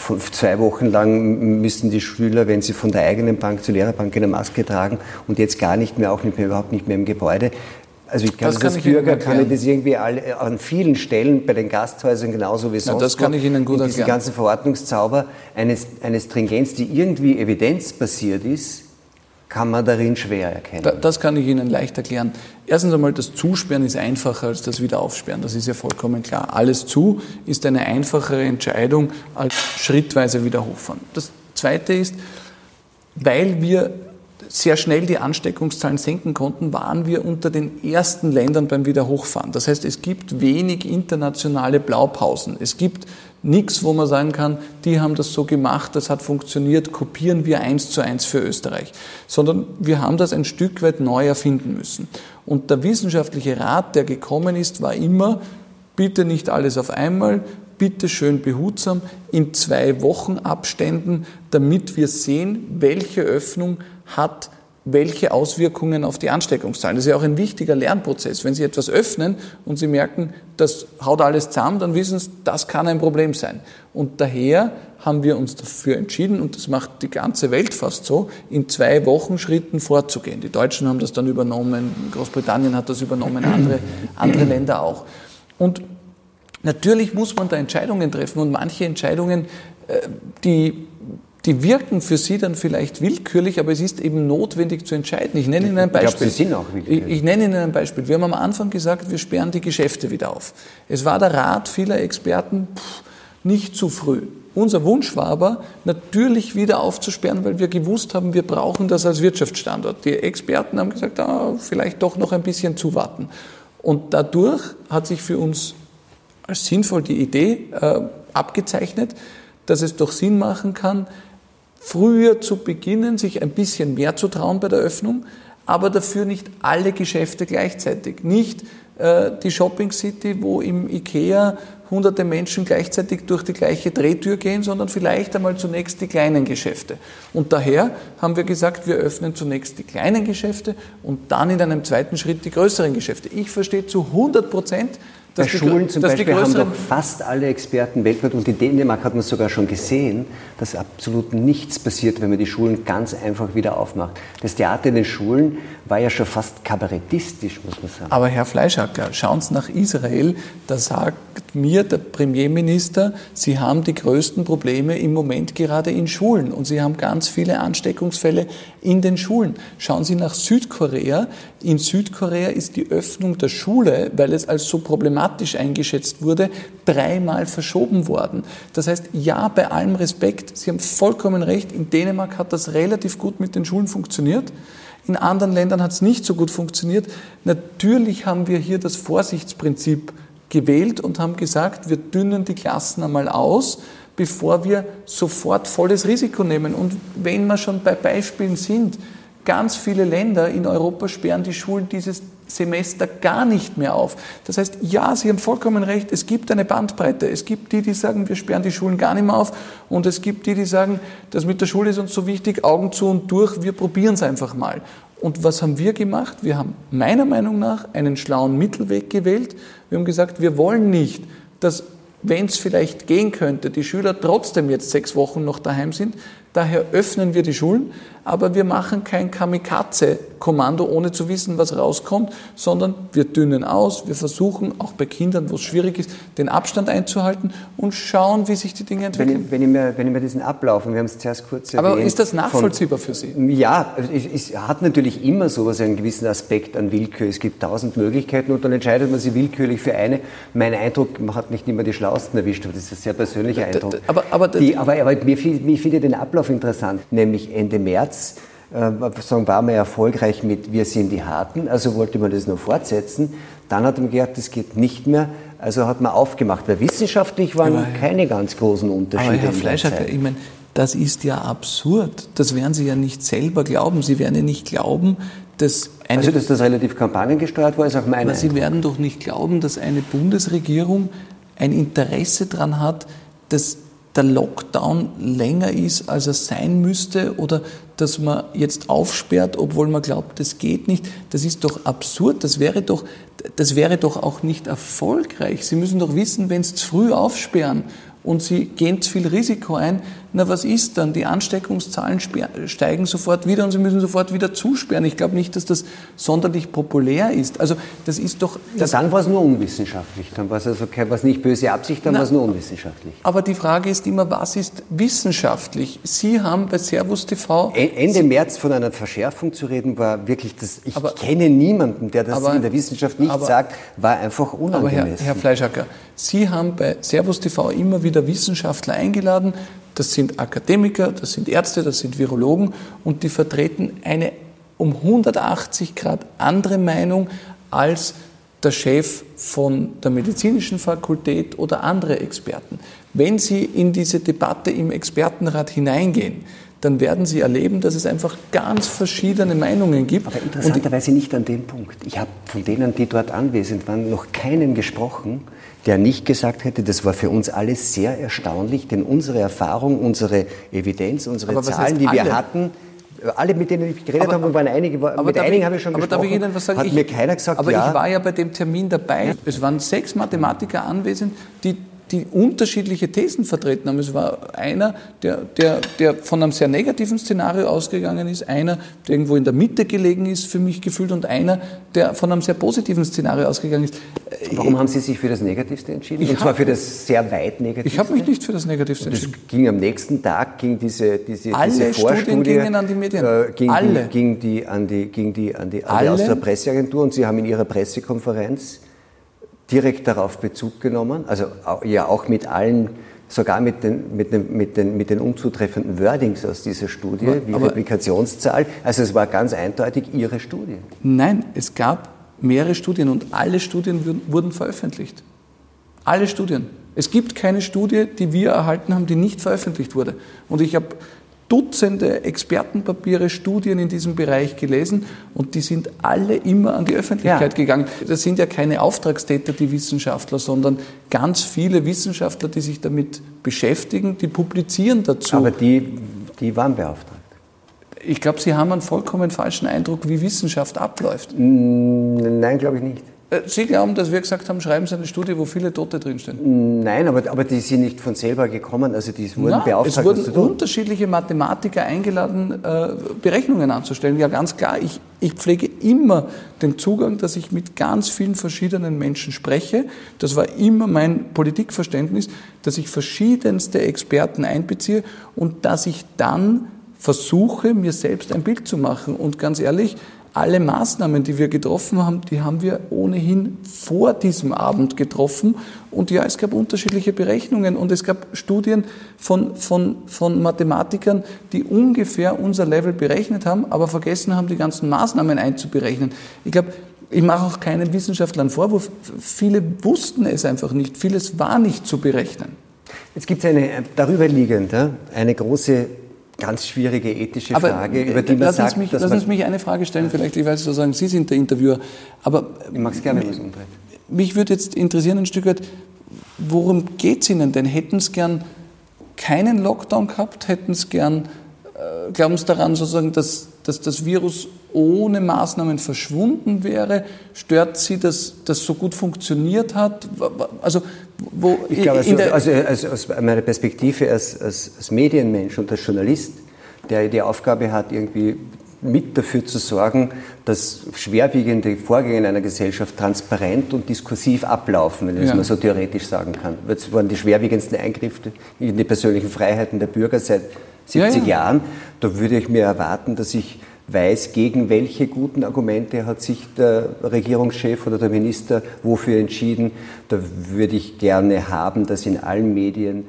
2 Wochen lang müssen die Schüler, wenn sie von der eigenen Bank zur Lehrerbank eine Maske tragen und jetzt gar nicht mehr, überhaupt nicht mehr im Gebäude. Also ich kann das als Bürger, kann ich das irgendwie an vielen Stellen bei den Gasthäusern genauso wie sonst. Das kann ich Ihnen gut erklären. Diesen ganzen Verordnungszauber, eine Stringenz, die irgendwie evidenzbasiert ist, kann man darin schwer erkennen. Das kann ich Ihnen leicht erklären. Erstens einmal, das Zusperren ist einfacher als das Wiederaufsperren. Das ist ja vollkommen klar. Alles zu ist eine einfachere Entscheidung als schrittweise wieder hochfahren. Das Zweite ist, weil wir sehr schnell die Ansteckungszahlen senken konnten, waren wir unter den ersten Ländern beim Wiederhochfahren. Das heißt, es gibt wenig internationale Blaupausen. Es gibt nichts, wo man sagen kann, die haben das so gemacht, das hat funktioniert, kopieren wir 1:1 für Österreich. Sondern wir haben das ein Stück weit neu erfinden müssen. Und der wissenschaftliche Rat, der gekommen ist, war immer, bitte nicht alles auf einmal, bitte schön behutsam, in 2 Wochenabständen, damit wir sehen, welche Öffnung hat welche Auswirkungen auf die Ansteckungszahlen. Das ist ja auch ein wichtiger Lernprozess. Wenn Sie etwas öffnen und Sie merken, das haut alles zusammen, dann wissen Sie, das kann ein Problem sein. Und daher haben wir uns dafür entschieden, und das macht die ganze Welt fast so, in 2 Wochenschritten vorzugehen. Die Deutschen haben das dann übernommen, Großbritannien hat das übernommen, andere Länder auch. Und natürlich muss man da Entscheidungen treffen und manche Entscheidungen, die wirken für Sie dann vielleicht willkürlich, aber es ist eben notwendig zu entscheiden. Ich nenne Ihnen ein Beispiel. Ich glaube, Sie sind auch willkürlich. Ich nenne Ihnen ein Beispiel. Wir haben am Anfang gesagt, wir sperren die Geschäfte wieder auf. Es war der Rat vieler Experten, nicht zu früh. Unser Wunsch war aber, natürlich wieder aufzusperren, weil wir gewusst haben, wir brauchen das als Wirtschaftsstandort. Die Experten haben gesagt, vielleicht doch noch ein bisschen zuwarten. Und dadurch hat sich für uns als sinnvoll die Idee abgezeichnet, dass es doch Sinn machen kann, früher zu beginnen, sich ein bisschen mehr zu trauen bei der Öffnung, aber dafür nicht alle Geschäfte gleichzeitig. Nicht die Shopping City, wo im Ikea hunderte Menschen gleichzeitig durch die gleiche Drehtür gehen, sondern vielleicht einmal zunächst die kleinen Geschäfte. Und daher haben wir gesagt, wir öffnen zunächst die kleinen Geschäfte und dann in einem zweiten Schritt die größeren Geschäfte. Ich verstehe zu 100%, bei Schulen zum Beispiel haben doch fast alle Experten weltweit, und in Dänemark hat man es sogar schon gesehen, dass absolut nichts passiert, wenn man die Schulen ganz einfach wieder aufmacht. Das Theater in den Schulen war ja schon fast kabarettistisch, muss man sagen. Aber Herr Fleischhacker, schauen Sie nach Israel, da sagt mir der Premierminister, Sie haben die größten Probleme im Moment gerade in Schulen und Sie haben ganz viele Ansteckungsfälle in den Schulen. Schauen Sie nach Südkorea. In Südkorea ist die Öffnung der Schule, weil es als so problematisch eingeschätzt wurde, 3-mal verschoben worden. Das heißt, ja, bei allem Respekt, Sie haben vollkommen recht, in Dänemark hat das relativ gut mit den Schulen funktioniert. In anderen Ländern hat es nicht so gut funktioniert. Natürlich haben wir hier das Vorsichtsprinzip gewählt und haben gesagt, wir dünnen die Klassen einmal aus, bevor wir sofort volles Risiko nehmen. Und wenn wir schon bei Beispielen sind, ganz viele Länder in Europa sperren die Schulen Semester gar nicht mehr auf. Das heißt, ja, Sie haben vollkommen recht, es gibt eine Bandbreite. Es gibt die sagen, wir sperren die Schulen gar nicht mehr auf, und es gibt die sagen, das mit der Schule ist uns so wichtig, Augen zu und durch, wir probieren es einfach mal. Und was haben wir gemacht? Wir haben meiner Meinung nach einen schlauen Mittelweg gewählt. Wir haben gesagt, wir wollen nicht, dass, wenn es vielleicht gehen könnte, die Schüler trotzdem jetzt 6 Wochen noch daheim sind. Daher öffnen wir die Schulen, aber wir machen kein Kamikaze-Kommando, ohne zu wissen, was rauskommt, sondern wir dünnen aus, wir versuchen, auch bei Kindern, wo es schwierig ist, den Abstand einzuhalten und schauen, wie sich die Dinge entwickeln. Wenn ich mir diesen Ablauf, und wir haben es zuerst kurz erwähnt... Aber ist das nachvollziehbar für Sie? Ja, es hat natürlich immer sowas, einen gewissen Aspekt an Willkür. Es gibt 1000 Möglichkeiten und dann entscheidet man sich willkürlich für eine. Mein Eindruck, man hat nicht immer die Schlauesten erwischt, aber das ist ein sehr persönlicher Eindruck. Aber mir finde den Ablauf interessant, nämlich Ende März war man erfolgreich mit Wir sind die Harten, also wollte man das noch fortsetzen. Dann hat man gedacht, das geht nicht mehr, also hat man aufgemacht, weil wissenschaftlich waren keine ganz großen Unterschiede. Aber Herr Fleischacker, ich meine, das ist ja absurd. Das werden Sie ja nicht selber glauben. Sie werden ja nicht glauben, dass... dass das relativ kampagnengesteuert war, ist auch meine. Sie werden doch nicht glauben, dass eine Bundesregierung ein Interesse daran hat, dass der Lockdown länger ist, als er sein müsste, oder dass man jetzt aufsperrt, obwohl man glaubt, das geht nicht. Das ist doch absurd. Das wäre doch auch nicht erfolgreich. Sie müssen doch wissen, wenn Sie zu früh aufsperren und Sie gehen zu viel Risiko ein, na was ist dann? Die Ansteckungszahlen steigen sofort wieder und Sie müssen sofort wieder zusperren. Ich glaube nicht, dass das sonderlich populär ist. Also das ist doch... Dann war es nur unwissenschaftlich. Dann war es also nicht böse Absicht, dann war es nur unwissenschaftlich. Aber die Frage ist immer, was ist wissenschaftlich? Sie haben bei Servus TV... Ende März von einer Verschärfung zu reden, war wirklich das... Ich kenne niemanden, der das in der Wissenschaft nicht sagt, war einfach unangemessen. Aber Herr Fleischacker, Sie haben bei Servus TV immer wieder Wissenschaftler eingeladen. Das sind Akademiker, das sind Ärzte, das sind Virologen, und die vertreten eine um 180 Grad andere Meinung als der Chef von der medizinischen Fakultät oder andere Experten. Wenn Sie in diese Debatte im Expertenrat hineingehen, dann werden Sie erleben, dass es einfach ganz verschiedene Meinungen gibt. Aber interessanterweise nicht an dem Punkt. Ich habe von denen, die dort anwesend waren, noch keinen gesprochen, der nicht gesagt hätte, das war für uns alles sehr erstaunlich, denn unsere Erfahrung, unsere Evidenz, unsere Zahlen, die wir hatten, alle, mit denen ich geredet habe, waren einige, mit einigen habe ich schon gesprochen, darf ich Ihnen was sagen? Hat mir keiner gesagt, aber ich war ja bei dem Termin dabei. Es waren 6 Mathematiker anwesend, die unterschiedliche Thesen vertreten haben. Es war einer, der von einem sehr negativen Szenario ausgegangen ist, einer, der irgendwo in der Mitte gelegen ist, für mich gefühlt, und einer, der von einem sehr positiven Szenario ausgegangen ist. Warum haben Sie sich für das Negativste entschieden? Und zwar für das sehr weit Negativste? Ich habe mich nicht für das Negativste entschieden. Das ging am nächsten Tag, ging diese Alle Studien gingen an die Medien. Alle. Ging die aus der Presseagentur, und Sie haben in Ihrer Pressekonferenz direkt darauf Bezug genommen, also ja auch mit allen, sogar mit den unzutreffenden Wordings aus dieser Studie, wie Replikationszahl. Also es war ganz eindeutig Ihre Studie. Nein, es gab mehrere Studien und alle Studien wurden veröffentlicht. Alle Studien. Es gibt keine Studie, die wir erhalten haben, die nicht veröffentlicht wurde. Und ich habe Dutzende Expertenpapiere, Studien in diesem Bereich gelesen, und die sind alle immer an die Öffentlichkeit gegangen. Das sind ja keine Auftragstäter, die Wissenschaftler, sondern ganz viele Wissenschaftler, die sich damit beschäftigen, die publizieren dazu. Aber die waren beauftragt. Ich glaube, Sie haben einen vollkommen falschen Eindruck, wie Wissenschaft abläuft. Nein, glaube ich nicht. Sie glauben, dass wir gesagt haben, schreiben Sie eine Studie, wo viele Tote drinstehen? Nein, aber die sind nicht von selber gekommen, also die wurden beauftragt. Es wurden unterschiedliche Mathematiker eingeladen, Berechnungen anzustellen. Ja, ganz klar, ich pflege immer den Zugang, dass ich mit ganz vielen verschiedenen Menschen spreche. Das war immer mein Politikverständnis, dass ich verschiedenste Experten einbeziehe und dass ich dann versuche, mir selbst ein Bild zu machen. Und ganz ehrlich, alle Maßnahmen, die wir getroffen haben, die haben wir ohnehin vor diesem Abend getroffen. Und ja, es gab unterschiedliche Berechnungen und es gab Studien von Mathematikern, die ungefähr unser Level berechnet haben, aber vergessen haben, die ganzen Maßnahmen einzuberechnen. Ich glaube, ich mache auch keinen Wissenschaftlern Vorwurf. Viele wussten es einfach nicht. Vieles war nicht zu berechnen. Jetzt gibt es darüber liegend eine große ganz schwierige ethische Frage, über die man sagt, lass uns mich eine Frage stellen, vielleicht, ich weiß sozusagen, Sie sind der Interviewer, aber ich mag es gerne, wenn man es umdreht. Mich würde jetzt interessieren ein Stück weit, worum geht es Ihnen denn? Hätten Sie gern keinen Lockdown gehabt? Hätten Sie gern, glauben Sie daran sozusagen, dass das Virus ohne Maßnahmen verschwunden wäre? Stört Sie, dass das so gut funktioniert hat? Also, ich glaube, aus meiner Perspektive als Medienmensch und als Journalist, der die Aufgabe hat, irgendwie mit dafür zu sorgen, dass schwerwiegende Vorgänge in einer Gesellschaft transparent und diskursiv ablaufen, wenn ich das mal so theoretisch sagen kann. Das waren die schwerwiegendsten Eingriffe in die persönlichen Freiheiten der Bürger seit 70 Jahren. Da würde ich mir erwarten, dass ich weiß, gegen welche guten Argumente hat sich der Regierungschef oder der Minister wofür entschieden. Da würde ich gerne haben, dass in allen Medien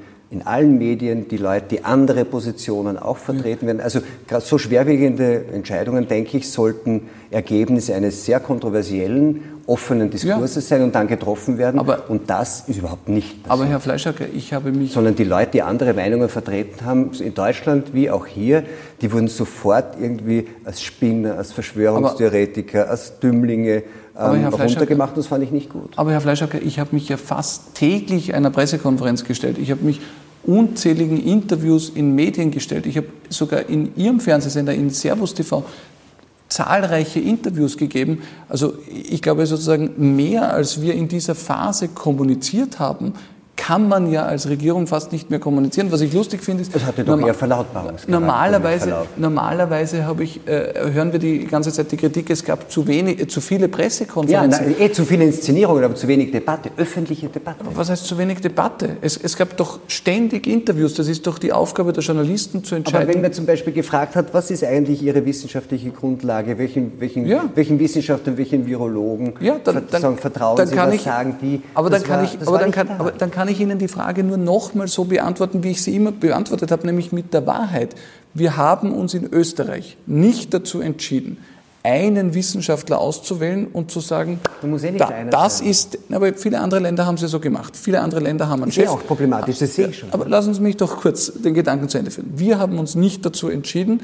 die Leute, die andere Positionen auch vertreten werden. Also gerade so schwerwiegende Entscheidungen, denke ich, sollten Ergebnis eines sehr kontroversiellen, offenen Diskurses sein und dann getroffen werden. Und das ist überhaupt nicht passiert. Aber Herr Fleischacker, sondern die Leute, die andere Meinungen vertreten haben, in Deutschland wie auch hier, die wurden sofort irgendwie als Spinner, als Verschwörungstheoretiker, als Dümmlinge runtergemacht. Das fand ich nicht gut. Aber Herr Fleischacker, ich habe mich ja fast täglich einer Pressekonferenz gestellt. Ich habe mich unzähligen Interviews in Medien gestellt. Ich habe sogar in Ihrem Fernsehsender, in Servus TV, zahlreiche Interviews gegeben. Also ich glaube sozusagen, mehr als wir in dieser Phase kommuniziert haben, kann man ja als Regierung fast nicht mehr kommunizieren. Was ich lustig finde, ist... Das hatte doch eher Verlautbarungscharakter. Normalerweise hören wir die ganze Zeit die Kritik, es gab zu viele Pressekonferenzen. Ja, zu viele Inszenierungen, aber zu wenig Debatte, öffentliche Debatte. Was heißt zu wenig Debatte? Es gab doch ständig Interviews, das ist doch die Aufgabe der Journalisten zu entscheiden. Aber wenn man zum Beispiel gefragt hat, was ist eigentlich Ihre wissenschaftliche Grundlage, welchen Wissenschaftler, welchen Virologen vertrauen Sie, sagen die? Aber dann kann ich Ihnen die Frage nur nochmal so beantworten, wie ich sie immer beantwortet habe, nämlich mit der Wahrheit. Wir haben uns in Österreich nicht dazu entschieden, einen Wissenschaftler auszuwählen und zu sagen, aber viele andere Länder haben es ja so gemacht. Viele andere Länder haben einen Chef. Das ist ja auch problematisch, das sehe ich schon. Aber lassen Sie mich doch kurz den Gedanken zu Ende führen. Wir haben uns nicht dazu entschieden,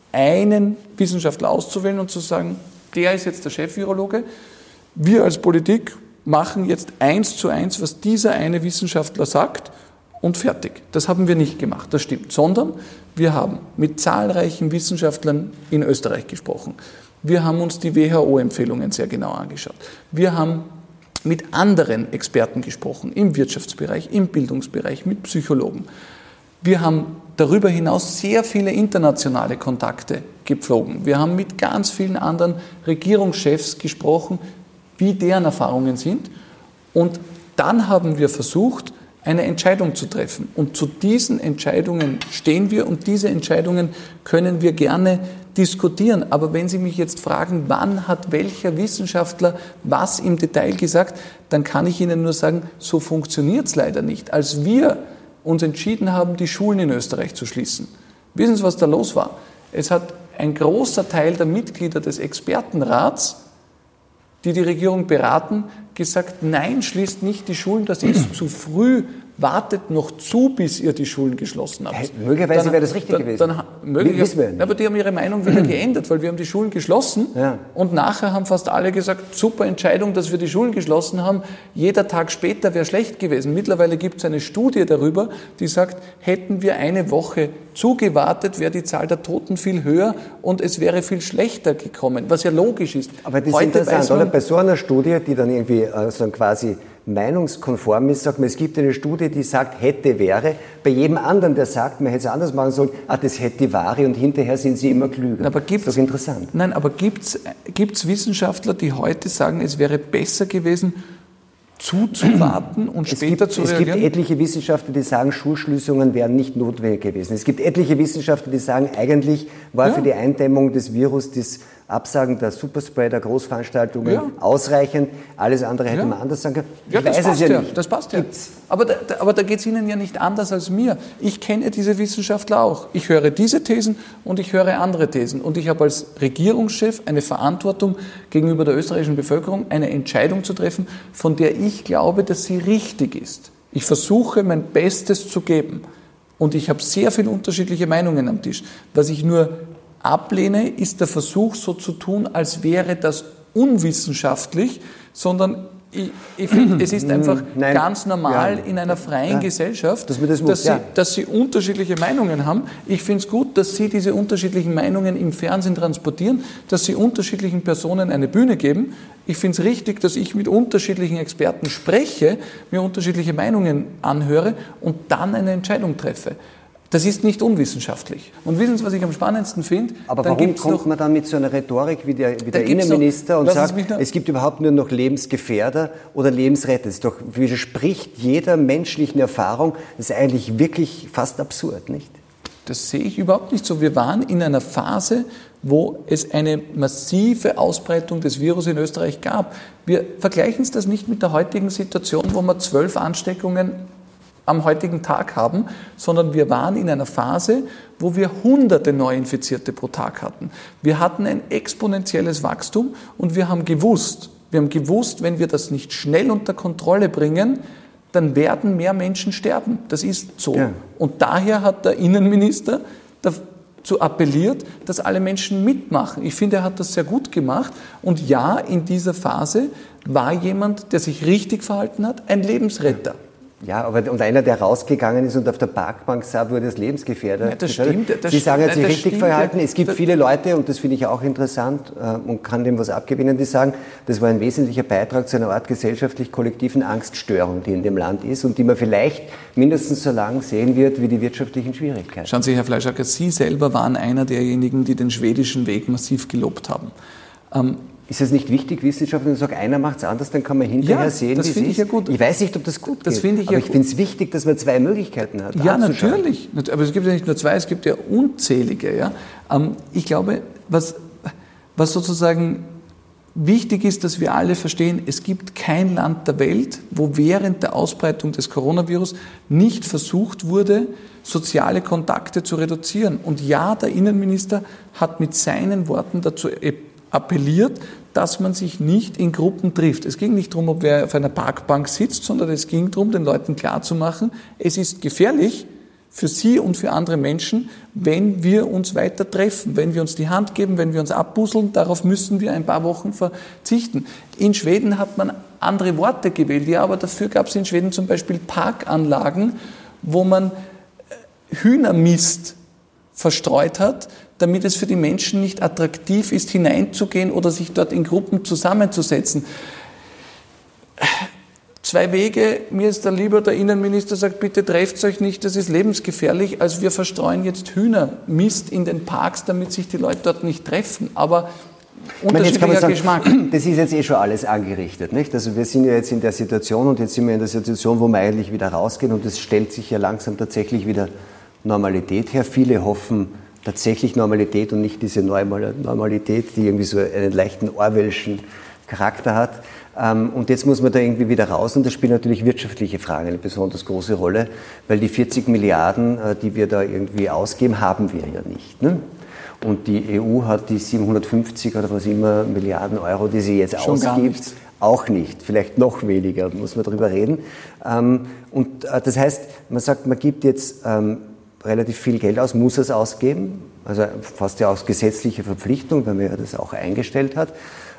einen Wissenschaftler auszuwählen und zu sagen, der ist jetzt der Chefvirologe. Wir als Politik machen jetzt 1:1, was dieser eine Wissenschaftler sagt und fertig. Das haben wir nicht gemacht, das stimmt. Sondern wir haben mit zahlreichen Wissenschaftlern in Österreich gesprochen. Wir haben uns die WHO-Empfehlungen sehr genau angeschaut. Wir haben mit anderen Experten gesprochen, im Wirtschaftsbereich, im Bildungsbereich, mit Psychologen. Wir haben darüber hinaus sehr viele internationale Kontakte gepflogen. Wir haben mit ganz vielen anderen Regierungschefs gesprochen, wie deren Erfahrungen sind. Und dann haben wir versucht, eine Entscheidung zu treffen. Und zu diesen Entscheidungen stehen wir und diese Entscheidungen können wir gerne diskutieren. Aber wenn Sie mich jetzt fragen, wann hat welcher Wissenschaftler was im Detail gesagt, dann kann ich Ihnen nur sagen, so funktioniert es leider nicht. Als wir uns entschieden haben, die Schulen in Österreich zu schließen, wissen Sie, was da los war? Es hat ein großer Teil der Mitglieder des Expertenrats, die Regierung beraten, gesagt, nein, schließt nicht die Schulen, das ist zu früh, wartet noch zu, bis ihr die Schulen geschlossen habt. Möglicherweise wäre das richtig gewesen. Aber die haben ihre Meinung wieder geändert, weil wir haben die Schulen geschlossen und nachher haben fast alle gesagt, super Entscheidung, dass wir die Schulen geschlossen haben. Jeder Tag später wäre schlecht gewesen. Mittlerweile gibt es eine Studie darüber, die sagt, hätten wir eine Woche zugewartet, wäre die Zahl der Toten viel höher und es wäre viel schlechter gekommen, was ja logisch ist. Aber das ist interessant, oder? Bei so einer Studie, die dann irgendwie so quasi meinungskonform ist, sagt man, es gibt eine Studie, die sagt, hätte, wäre. Bei jedem anderen, der sagt, man hätte es anders machen sollen, das hätte, wäre und hinterher sind sie immer klüger. Aber das ist doch interessant. Nein, aber gibt's Wissenschaftler, die heute sagen, es wäre besser gewesen, zuzuwarten und später zu reagieren? Es gibt etliche Wissenschaftler, die sagen, Schulschließungen wären nicht notwendig gewesen. Es gibt etliche Wissenschaftler, die sagen, eigentlich war für die Eindämmung des Virus das Absagen der Superspreader, Großveranstaltungen ausreichend. Alles andere hätte man anders sagen können. Ich weiß es ja nicht. Das passt ja. Aber da geht es Ihnen ja nicht anders als mir. Ich kenne diese Wissenschaftler auch. Ich höre diese Thesen und ich höre andere Thesen. Und ich habe als Regierungschef eine Verantwortung gegenüber der österreichischen Bevölkerung, eine Entscheidung zu treffen, von der ich glaube, dass sie richtig ist. Ich versuche, mein Bestes zu geben. Und ich habe sehr viele unterschiedliche Meinungen am Tisch. Was ich nur ablehne, ist der Versuch, so zu tun, als wäre das unwissenschaftlich, sondern ich finde, es ist einfach ganz normal in einer freien Gesellschaft, dass Sie unterschiedliche Meinungen haben. Ich finde es gut, dass Sie diese unterschiedlichen Meinungen im Fernsehen transportieren, dass Sie unterschiedlichen Personen eine Bühne geben. Ich finde es richtig, dass ich mit unterschiedlichen Experten spreche, mir unterschiedliche Meinungen anhöre und dann eine Entscheidung treffe. Das ist nicht unwissenschaftlich. Und wissen Sie, was ich am spannendsten finde? Aber warum kommt man dann mit so einer Rhetorik wie der Innenminister und sagt, es gibt überhaupt nur noch Lebensgefährder oder Lebensretter? Das widerspricht jeder menschlichen Erfahrung. Das ist eigentlich wirklich fast absurd, nicht? Das sehe ich überhaupt nicht so. Wir waren in einer Phase, wo es eine massive Ausbreitung des Virus in Österreich gab. Wir vergleichen das nicht mit der heutigen Situation, wo wir 12 Ansteckungen am heutigen Tag haben, sondern wir waren in einer Phase, wo wir Hunderte Neuinfizierte pro Tag hatten. Wir hatten ein exponentielles Wachstum und wir haben gewusst, wenn wir das nicht schnell unter Kontrolle bringen, dann werden mehr Menschen sterben. Das ist so. Ja. Und daher hat der Innenminister dazu appelliert, dass alle Menschen mitmachen. Ich finde, er hat das sehr gut gemacht. Und ja, in dieser Phase war jemand, der sich richtig verhalten hat, ein Lebensretter. Ja, und einer, der rausgegangen ist und auf der Parkbank sah, wurde als Lebensgefährder. Ja, das stimmt. Sie sagen, er hat sich richtig verhalten. Es gibt viele Leute, und das finde ich auch interessant und kann dem was abgewinnen, die sagen, das war ein wesentlicher Beitrag zu einer Art gesellschaftlich-kollektiven Angststörung, die in dem Land ist und die man vielleicht mindestens so lange sehen wird wie die wirtschaftlichen Schwierigkeiten. Schauen Sie, Herr Fleischacker, Sie selber waren einer derjenigen, die den schwedischen Weg massiv gelobt haben. Ist es nicht wichtig, Wissenschaftler, wenn man sagt, einer macht es anders, dann kann man hinterher sehen, das finde ich ja gut. Ich weiß nicht, ob das gut geht, aber ich finde es wichtig, dass man zwei Möglichkeiten hat. Ja, natürlich. Aber es gibt ja nicht nur zwei, es gibt ja unzählige. Ja? Ich glaube, was sozusagen wichtig ist, dass wir alle verstehen, es gibt kein Land der Welt, wo während der Ausbreitung des Coronavirus nicht versucht wurde, soziale Kontakte zu reduzieren. Und ja, der Innenminister hat mit seinen Worten dazu appelliert, dass man sich nicht in Gruppen trifft. Es ging nicht darum, ob wer auf einer Parkbank sitzt, sondern es ging darum, den Leuten klarzumachen, es ist gefährlich für sie und für andere Menschen, wenn wir uns weiter treffen, wenn wir uns die Hand geben, wenn wir uns abbusseln, darauf müssen wir ein paar Wochen verzichten. In Schweden hat man andere Worte gewählt, ja, aber dafür gab es in Schweden zum Beispiel Parkanlagen, wo man Hühnermist verstreut hat, damit es für die Menschen nicht attraktiv ist, hineinzugehen oder sich dort in Gruppen zusammenzusetzen. Zwei Wege, mir ist da lieber, der Innenminister sagt, bitte trefft euch nicht, das ist lebensgefährlich, als wir verstreuen jetzt Hühnermist in den Parks, damit sich die Leute dort nicht treffen. Aber unterschiedlicher Geschmack. Das ist jetzt schon alles angerichtet, nicht? Also wir sind ja jetzt in der Situation und jetzt sind wir in der Situation, wo wir eigentlich wieder rausgehen und es stellt sich ja langsam tatsächlich wieder Normalität her. Viele hoffen tatsächlich Normalität und nicht diese Normalität, die irgendwie so einen leichten Orwellschen Charakter hat. Und jetzt muss man da irgendwie wieder raus und da spielen natürlich wirtschaftliche Fragen eine besonders große Rolle, weil die 40 Milliarden, die wir da irgendwie ausgeben, haben wir ja nicht. Ne? Und die EU hat die 750 oder was immer Milliarden Euro, die sie jetzt ausgibt, auch nicht. Vielleicht noch weniger, muss man drüber reden. Und das heißt, man sagt, man gibt jetzt relativ viel Geld aus, muss es ausgeben, also fast ja aus gesetzlicher Verpflichtung, weil man ja das auch eingestellt hat.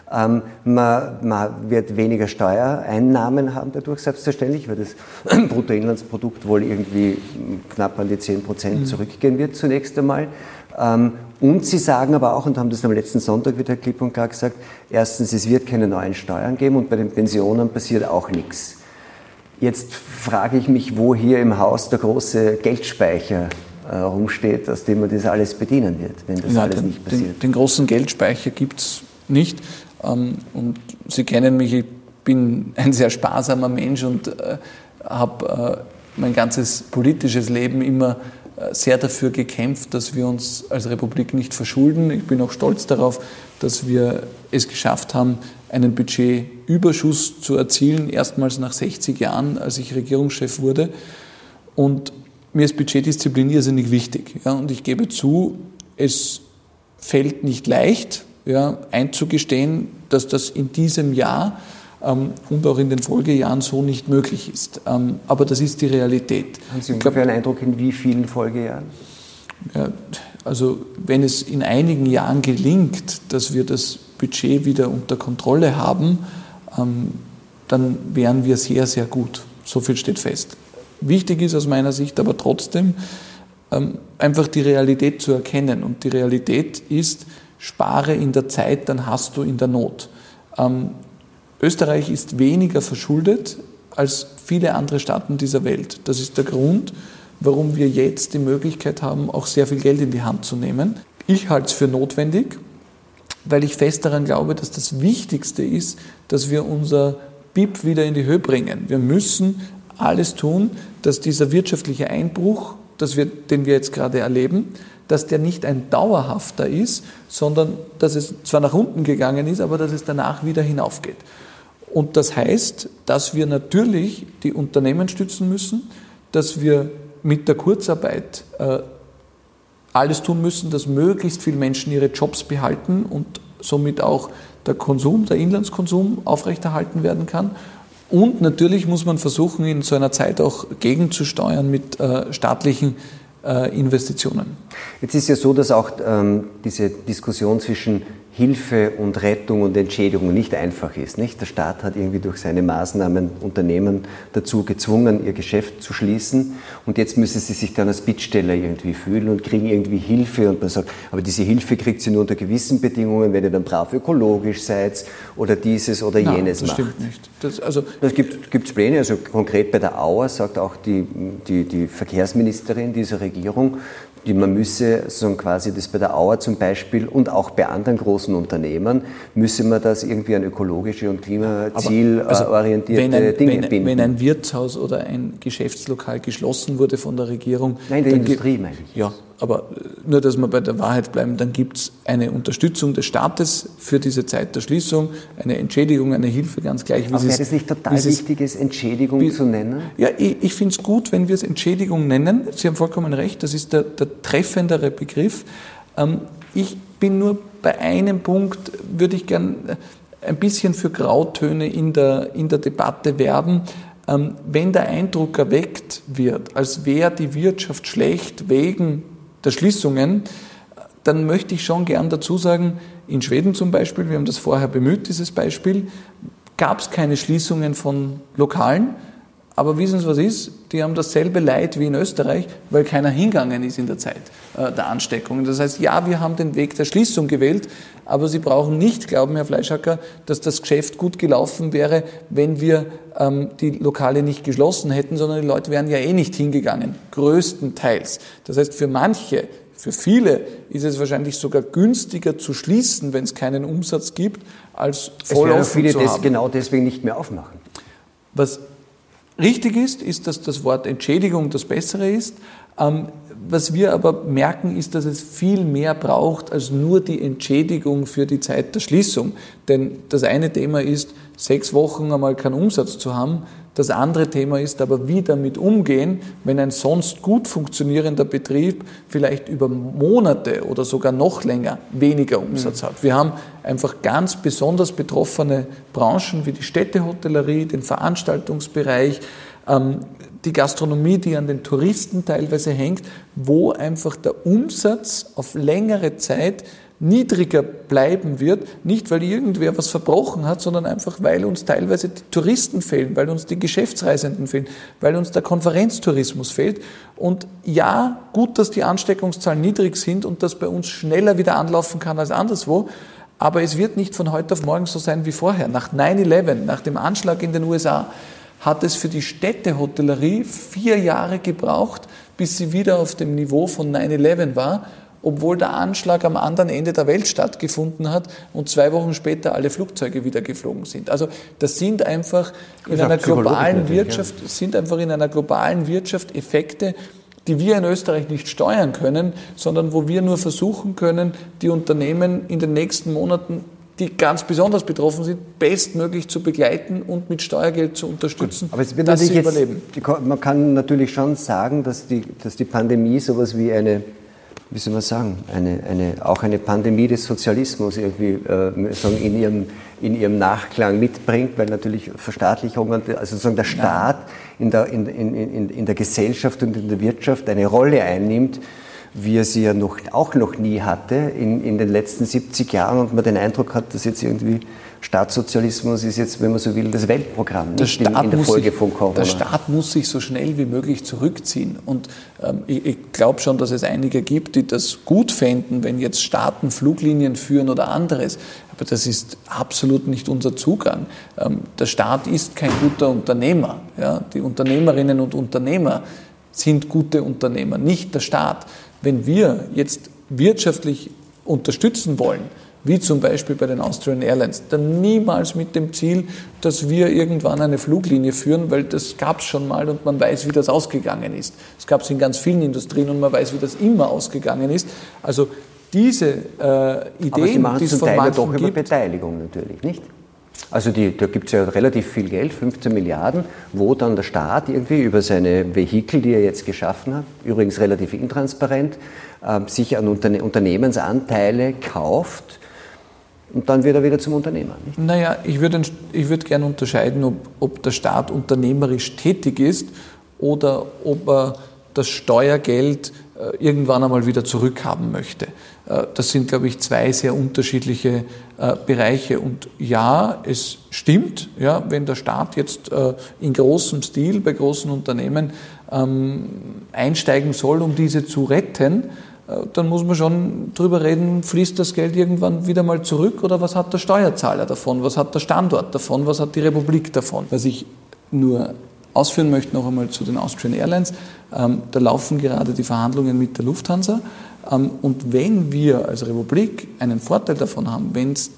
Man wird weniger Steuereinnahmen haben dadurch, selbstverständlich, weil das Bruttoinlandsprodukt wohl irgendwie knapp an die 10% zurückgehen wird zunächst einmal. Und Sie sagen aber auch, und haben das am letzten Sonntag wieder klipp und klar gesagt, erstens, es wird keine neuen Steuern geben und bei den Pensionen passiert auch nichts. Jetzt frage ich mich, wo hier im Haus der große Geldspeicher rumsteht, aus dem man das alles bedienen wird, wenn das alles nicht passiert. Den großen Geldspeicher gibt es nicht. Und Sie kennen mich, ich bin ein sehr sparsamer Mensch und habe mein ganzes politisches Leben immer sehr dafür gekämpft, dass wir uns als Republik nicht verschulden. Ich bin auch stolz darauf, dass wir es geschafft haben, einen Budgetüberschuss zu erzielen, erstmals nach 60 Jahren, als ich Regierungschef wurde. Und mir ist Budgetdisziplin irrsinnig wichtig. Ja, und ich gebe zu, es fällt nicht leicht, ja, einzugestehen, dass das in diesem Jahr und auch in den Folgejahren so nicht möglich ist. Aber das ist die Realität. Haben Sie ungefähr einen Eindruck, in wie vielen Folgejahren? Ja, also wenn es in einigen Jahren gelingt, dass wir das Budget wieder unter Kontrolle haben, dann wären wir sehr, sehr gut. So viel steht fest. Wichtig ist aus meiner Sicht aber trotzdem, einfach die Realität zu erkennen. Und die Realität ist, spare in der Zeit, dann hast du in der Not. Österreich ist weniger verschuldet als viele andere Staaten dieser Welt. Das ist der Grund, warum wir jetzt die Möglichkeit haben, auch sehr viel Geld in die Hand zu nehmen. Ich halte es für notwendig, weil ich fest daran glaube, dass das Wichtigste ist, dass wir unser BIP wieder in die Höhe bringen. Wir müssen alles tun, dass dieser wirtschaftliche Einbruch, den wir jetzt gerade erleben, dass der nicht ein dauerhafter ist, sondern dass es zwar nach unten gegangen ist, aber dass es danach wieder hinaufgeht. Und das heißt, dass wir natürlich die Unternehmen stützen müssen, dass wir mit der Kurzarbeit alles tun müssen, dass möglichst viele Menschen ihre Jobs behalten und somit auch der Konsum, der Inlandskonsum aufrechterhalten werden kann. Und natürlich muss man versuchen, in so einer Zeit auch gegenzusteuern mit staatlichen Investitionen. Jetzt ist ja so, dass auch diese Diskussion zwischen Hilfe und Rettung und Entschädigung nicht einfach ist. Nicht? Der Staat hat irgendwie durch seine Maßnahmen Unternehmen dazu gezwungen, ihr Geschäft zu schließen. Und jetzt müssen sie sich dann als Bittsteller irgendwie fühlen und kriegen irgendwie Hilfe. Und man sagt, aber diese Hilfe kriegt sie nur unter gewissen Bedingungen, wenn ihr dann brav ökologisch seid oder dieses oder jenes macht. Das stimmt nicht. Das gibt Pläne. Also konkret bei der Auer sagt auch die Verkehrsministerin dieser Regierung, man müsse so quasi das bei der Auer zum Beispiel und auch bei anderen großen Unternehmen, müsse man das irgendwie an ökologische und klimazielorientierte Dinge binden. Wenn ein Wirtshaus oder ein Geschäftslokal geschlossen wurde von der Regierung... Nein, der Industrie meine ich. Ja, aber nur, dass wir bei der Wahrheit bleiben, dann gibt es eine Unterstützung des Staates für diese Zeit der Schließung, eine Entschädigung, eine Hilfe, ganz gleich. Aber wäre es nicht total wichtig, es Entschädigung zu nennen? Ja, ich finde es gut, wenn wir es Entschädigung nennen. Sie haben vollkommen recht, das ist der treffendere Begriff. Ich bin nur bei einem Punkt, würde ich gern ein bisschen für Grautöne in der Debatte werben. Wenn der Eindruck erweckt wird, als wäre die Wirtschaft schlecht wegen der Schließungen, dann möchte ich schon gern dazu sagen, in Schweden zum Beispiel, wir haben das vorher bemüht, dieses Beispiel, gab es keine Schließungen von Lokalen, aber wissen Sie, was ist? Die haben dasselbe Leid wie in Österreich, weil keiner hingegangen ist in der Zeit der Ansteckung. Das heißt, ja, wir haben den Weg der Schließung gewählt, aber Sie brauchen nicht glauben, Herr Fleischhacker, dass das Geschäft gut gelaufen wäre, wenn wir die Lokale nicht geschlossen hätten, sondern die Leute wären ja eh nicht hingegangen, größtenteils. Das heißt, für viele ist es wahrscheinlich sogar günstiger zu schließen, wenn es keinen Umsatz gibt, als voll offen viele zu haben. das genau deswegen nicht mehr aufmachen. Was richtig ist, dass das Wort Entschädigung das Bessere ist. Was wir aber merken, ist, dass es viel mehr braucht als nur die Entschädigung für die Zeit der Schließung. Denn das eine Thema ist, 6 Wochen einmal keinen Umsatz zu haben. Das andere Thema ist aber, wie damit umgehen, wenn ein sonst gut funktionierender Betrieb vielleicht über Monate oder sogar noch länger weniger Umsatz hat. Wir haben einfach ganz besonders betroffene Branchen wie die Städtehotellerie, den Veranstaltungsbereich, die Gastronomie, die an den Touristen teilweise hängt, wo einfach der Umsatz auf längere Zeit niedriger bleiben wird, nicht weil irgendwer was verbrochen hat, sondern einfach, weil uns teilweise die Touristen fehlen, weil uns die Geschäftsreisenden fehlen, weil uns der Konferenztourismus fehlt. Und ja, gut, dass die Ansteckungszahlen niedrig sind und dass bei uns schneller wieder anlaufen kann als anderswo, aber es wird nicht von heute auf morgen so sein wie vorher. Nach 9/11, nach dem Anschlag in den USA, hat es für die Städtehotellerie 4 Jahre gebraucht, bis sie wieder auf dem Niveau von 9/11 war, obwohl der Anschlag am anderen Ende der Welt stattgefunden hat und 2 Wochen später alle Flugzeuge wieder geflogen sind. Also das sind einfach in einer globalen Wirtschaft Effekte, die wir in Österreich nicht steuern können, sondern wo wir nur versuchen können, die Unternehmen in den nächsten Monaten, die ganz besonders betroffen sind, bestmöglich zu begleiten und mit Steuergeld zu unterstützen, aber es wird dass sie überleben. Man kann natürlich schon sagen, dass die Pandemie sowas wie eine, auch eine Pandemie des Sozialismus irgendwie in in ihrem Nachklang mitbringt, weil natürlich Verstaatlichung, also sozusagen der Staat in der Gesellschaft und in der Wirtschaft eine Rolle einnimmt, wie er sie ja auch noch nie hatte in den letzten 70 Jahren und man den Eindruck hat, dass jetzt irgendwie Staatssozialismus ist jetzt, wenn man so will, das Weltprogramm nicht in der Folge von Corona. Der Staat muss sich so schnell wie möglich zurückziehen und ich glaube schon, dass es einige gibt, die das gut fänden, wenn jetzt Staaten Fluglinien führen oder anderes, aber das ist absolut nicht unser Zugang. Der Staat ist kein guter Unternehmer. Ja? Die Unternehmerinnen und Unternehmer sind gute Unternehmer, nicht der Staat. Wenn wir jetzt wirtschaftlich unterstützen wollen, wie zum Beispiel bei den Austrian Airlines, dann niemals mit dem Ziel, dass wir irgendwann eine Fluglinie führen, weil das gab es schon mal und man weiß, wie das ausgegangen ist. Das gab es in ganz vielen Industrien und man weiß, wie das immer ausgegangen ist. Also diese Ideen, aber Sie machen es zum Teil ja doch über Beteiligung natürlich, nicht? Also da gibt es ja relativ viel Geld, 15 Milliarden, wo dann der Staat irgendwie über seine Vehikel, die er jetzt geschaffen hat, übrigens relativ intransparent, sich an Unternehmensanteile kauft und dann wird er wieder zum Unternehmer. Nicht? Naja, ich würde gerne unterscheiden, ob der Staat unternehmerisch tätig ist oder ob er das Steuergeld irgendwann einmal wieder zurückhaben möchte. Das sind, glaube ich, zwei sehr unterschiedliche Bereiche. Und ja, es stimmt, ja, wenn der Staat jetzt in großem Stil bei großen Unternehmen einsteigen soll, um diese zu retten, dann muss man schon drüber reden, fließt das Geld irgendwann wieder mal zurück oder was hat der Steuerzahler davon, was hat der Standort davon, was hat die Republik davon. Was ich nur ausführen möchte, noch einmal zu den Austrian Airlines, da laufen gerade die Verhandlungen mit der Lufthansa und wenn wir als Republik einen Vorteil davon haben, wenn es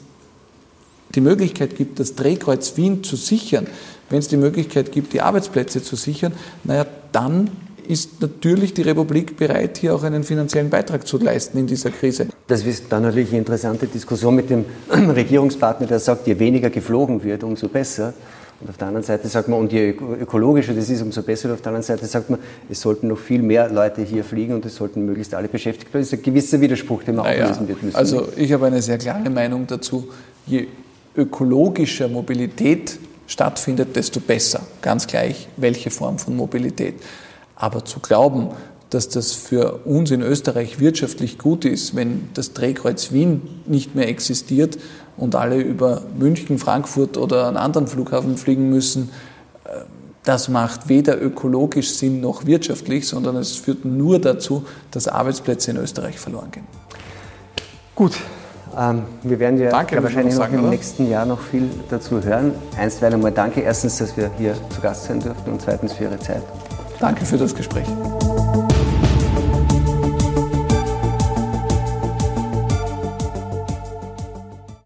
die Möglichkeit gibt, das Drehkreuz Wien zu sichern, wenn es die Möglichkeit gibt, die Arbeitsplätze zu sichern, naja, dann ist natürlich die Republik bereit, hier auch einen finanziellen Beitrag zu leisten in dieser Krise. Das ist dann natürlich eine interessante Diskussion mit dem Regierungspartner, der sagt, je weniger geflogen wird, umso besser. Und auf der anderen Seite sagt man, und je ökologischer das ist, umso besser. Und auf der anderen Seite sagt man, es sollten noch viel mehr Leute hier fliegen und es sollten möglichst alle beschäftigt werden. Das ist ein gewisser Widerspruch, den man auflösen wird müssen. Also ich habe eine sehr klare Meinung dazu. Je ökologischer Mobilität stattfindet, desto besser. Ganz gleich, welche Form von Mobilität. Aber zu glauben, dass das für uns in Österreich wirtschaftlich gut ist, wenn das Drehkreuz Wien nicht mehr existiert und alle über München, Frankfurt oder einen anderen Flughafen fliegen müssen, das macht weder ökologisch Sinn noch wirtschaftlich, sondern es führt nur dazu, dass Arbeitsplätze in Österreich verloren gehen. Gut, wir werden ja wahrscheinlich noch im nächsten Jahr noch viel dazu hören. Einstweilen einmal danke. Erstens, dass wir hier zu Gast sein durften und zweitens für Ihre Zeit. Danke für das Gespräch.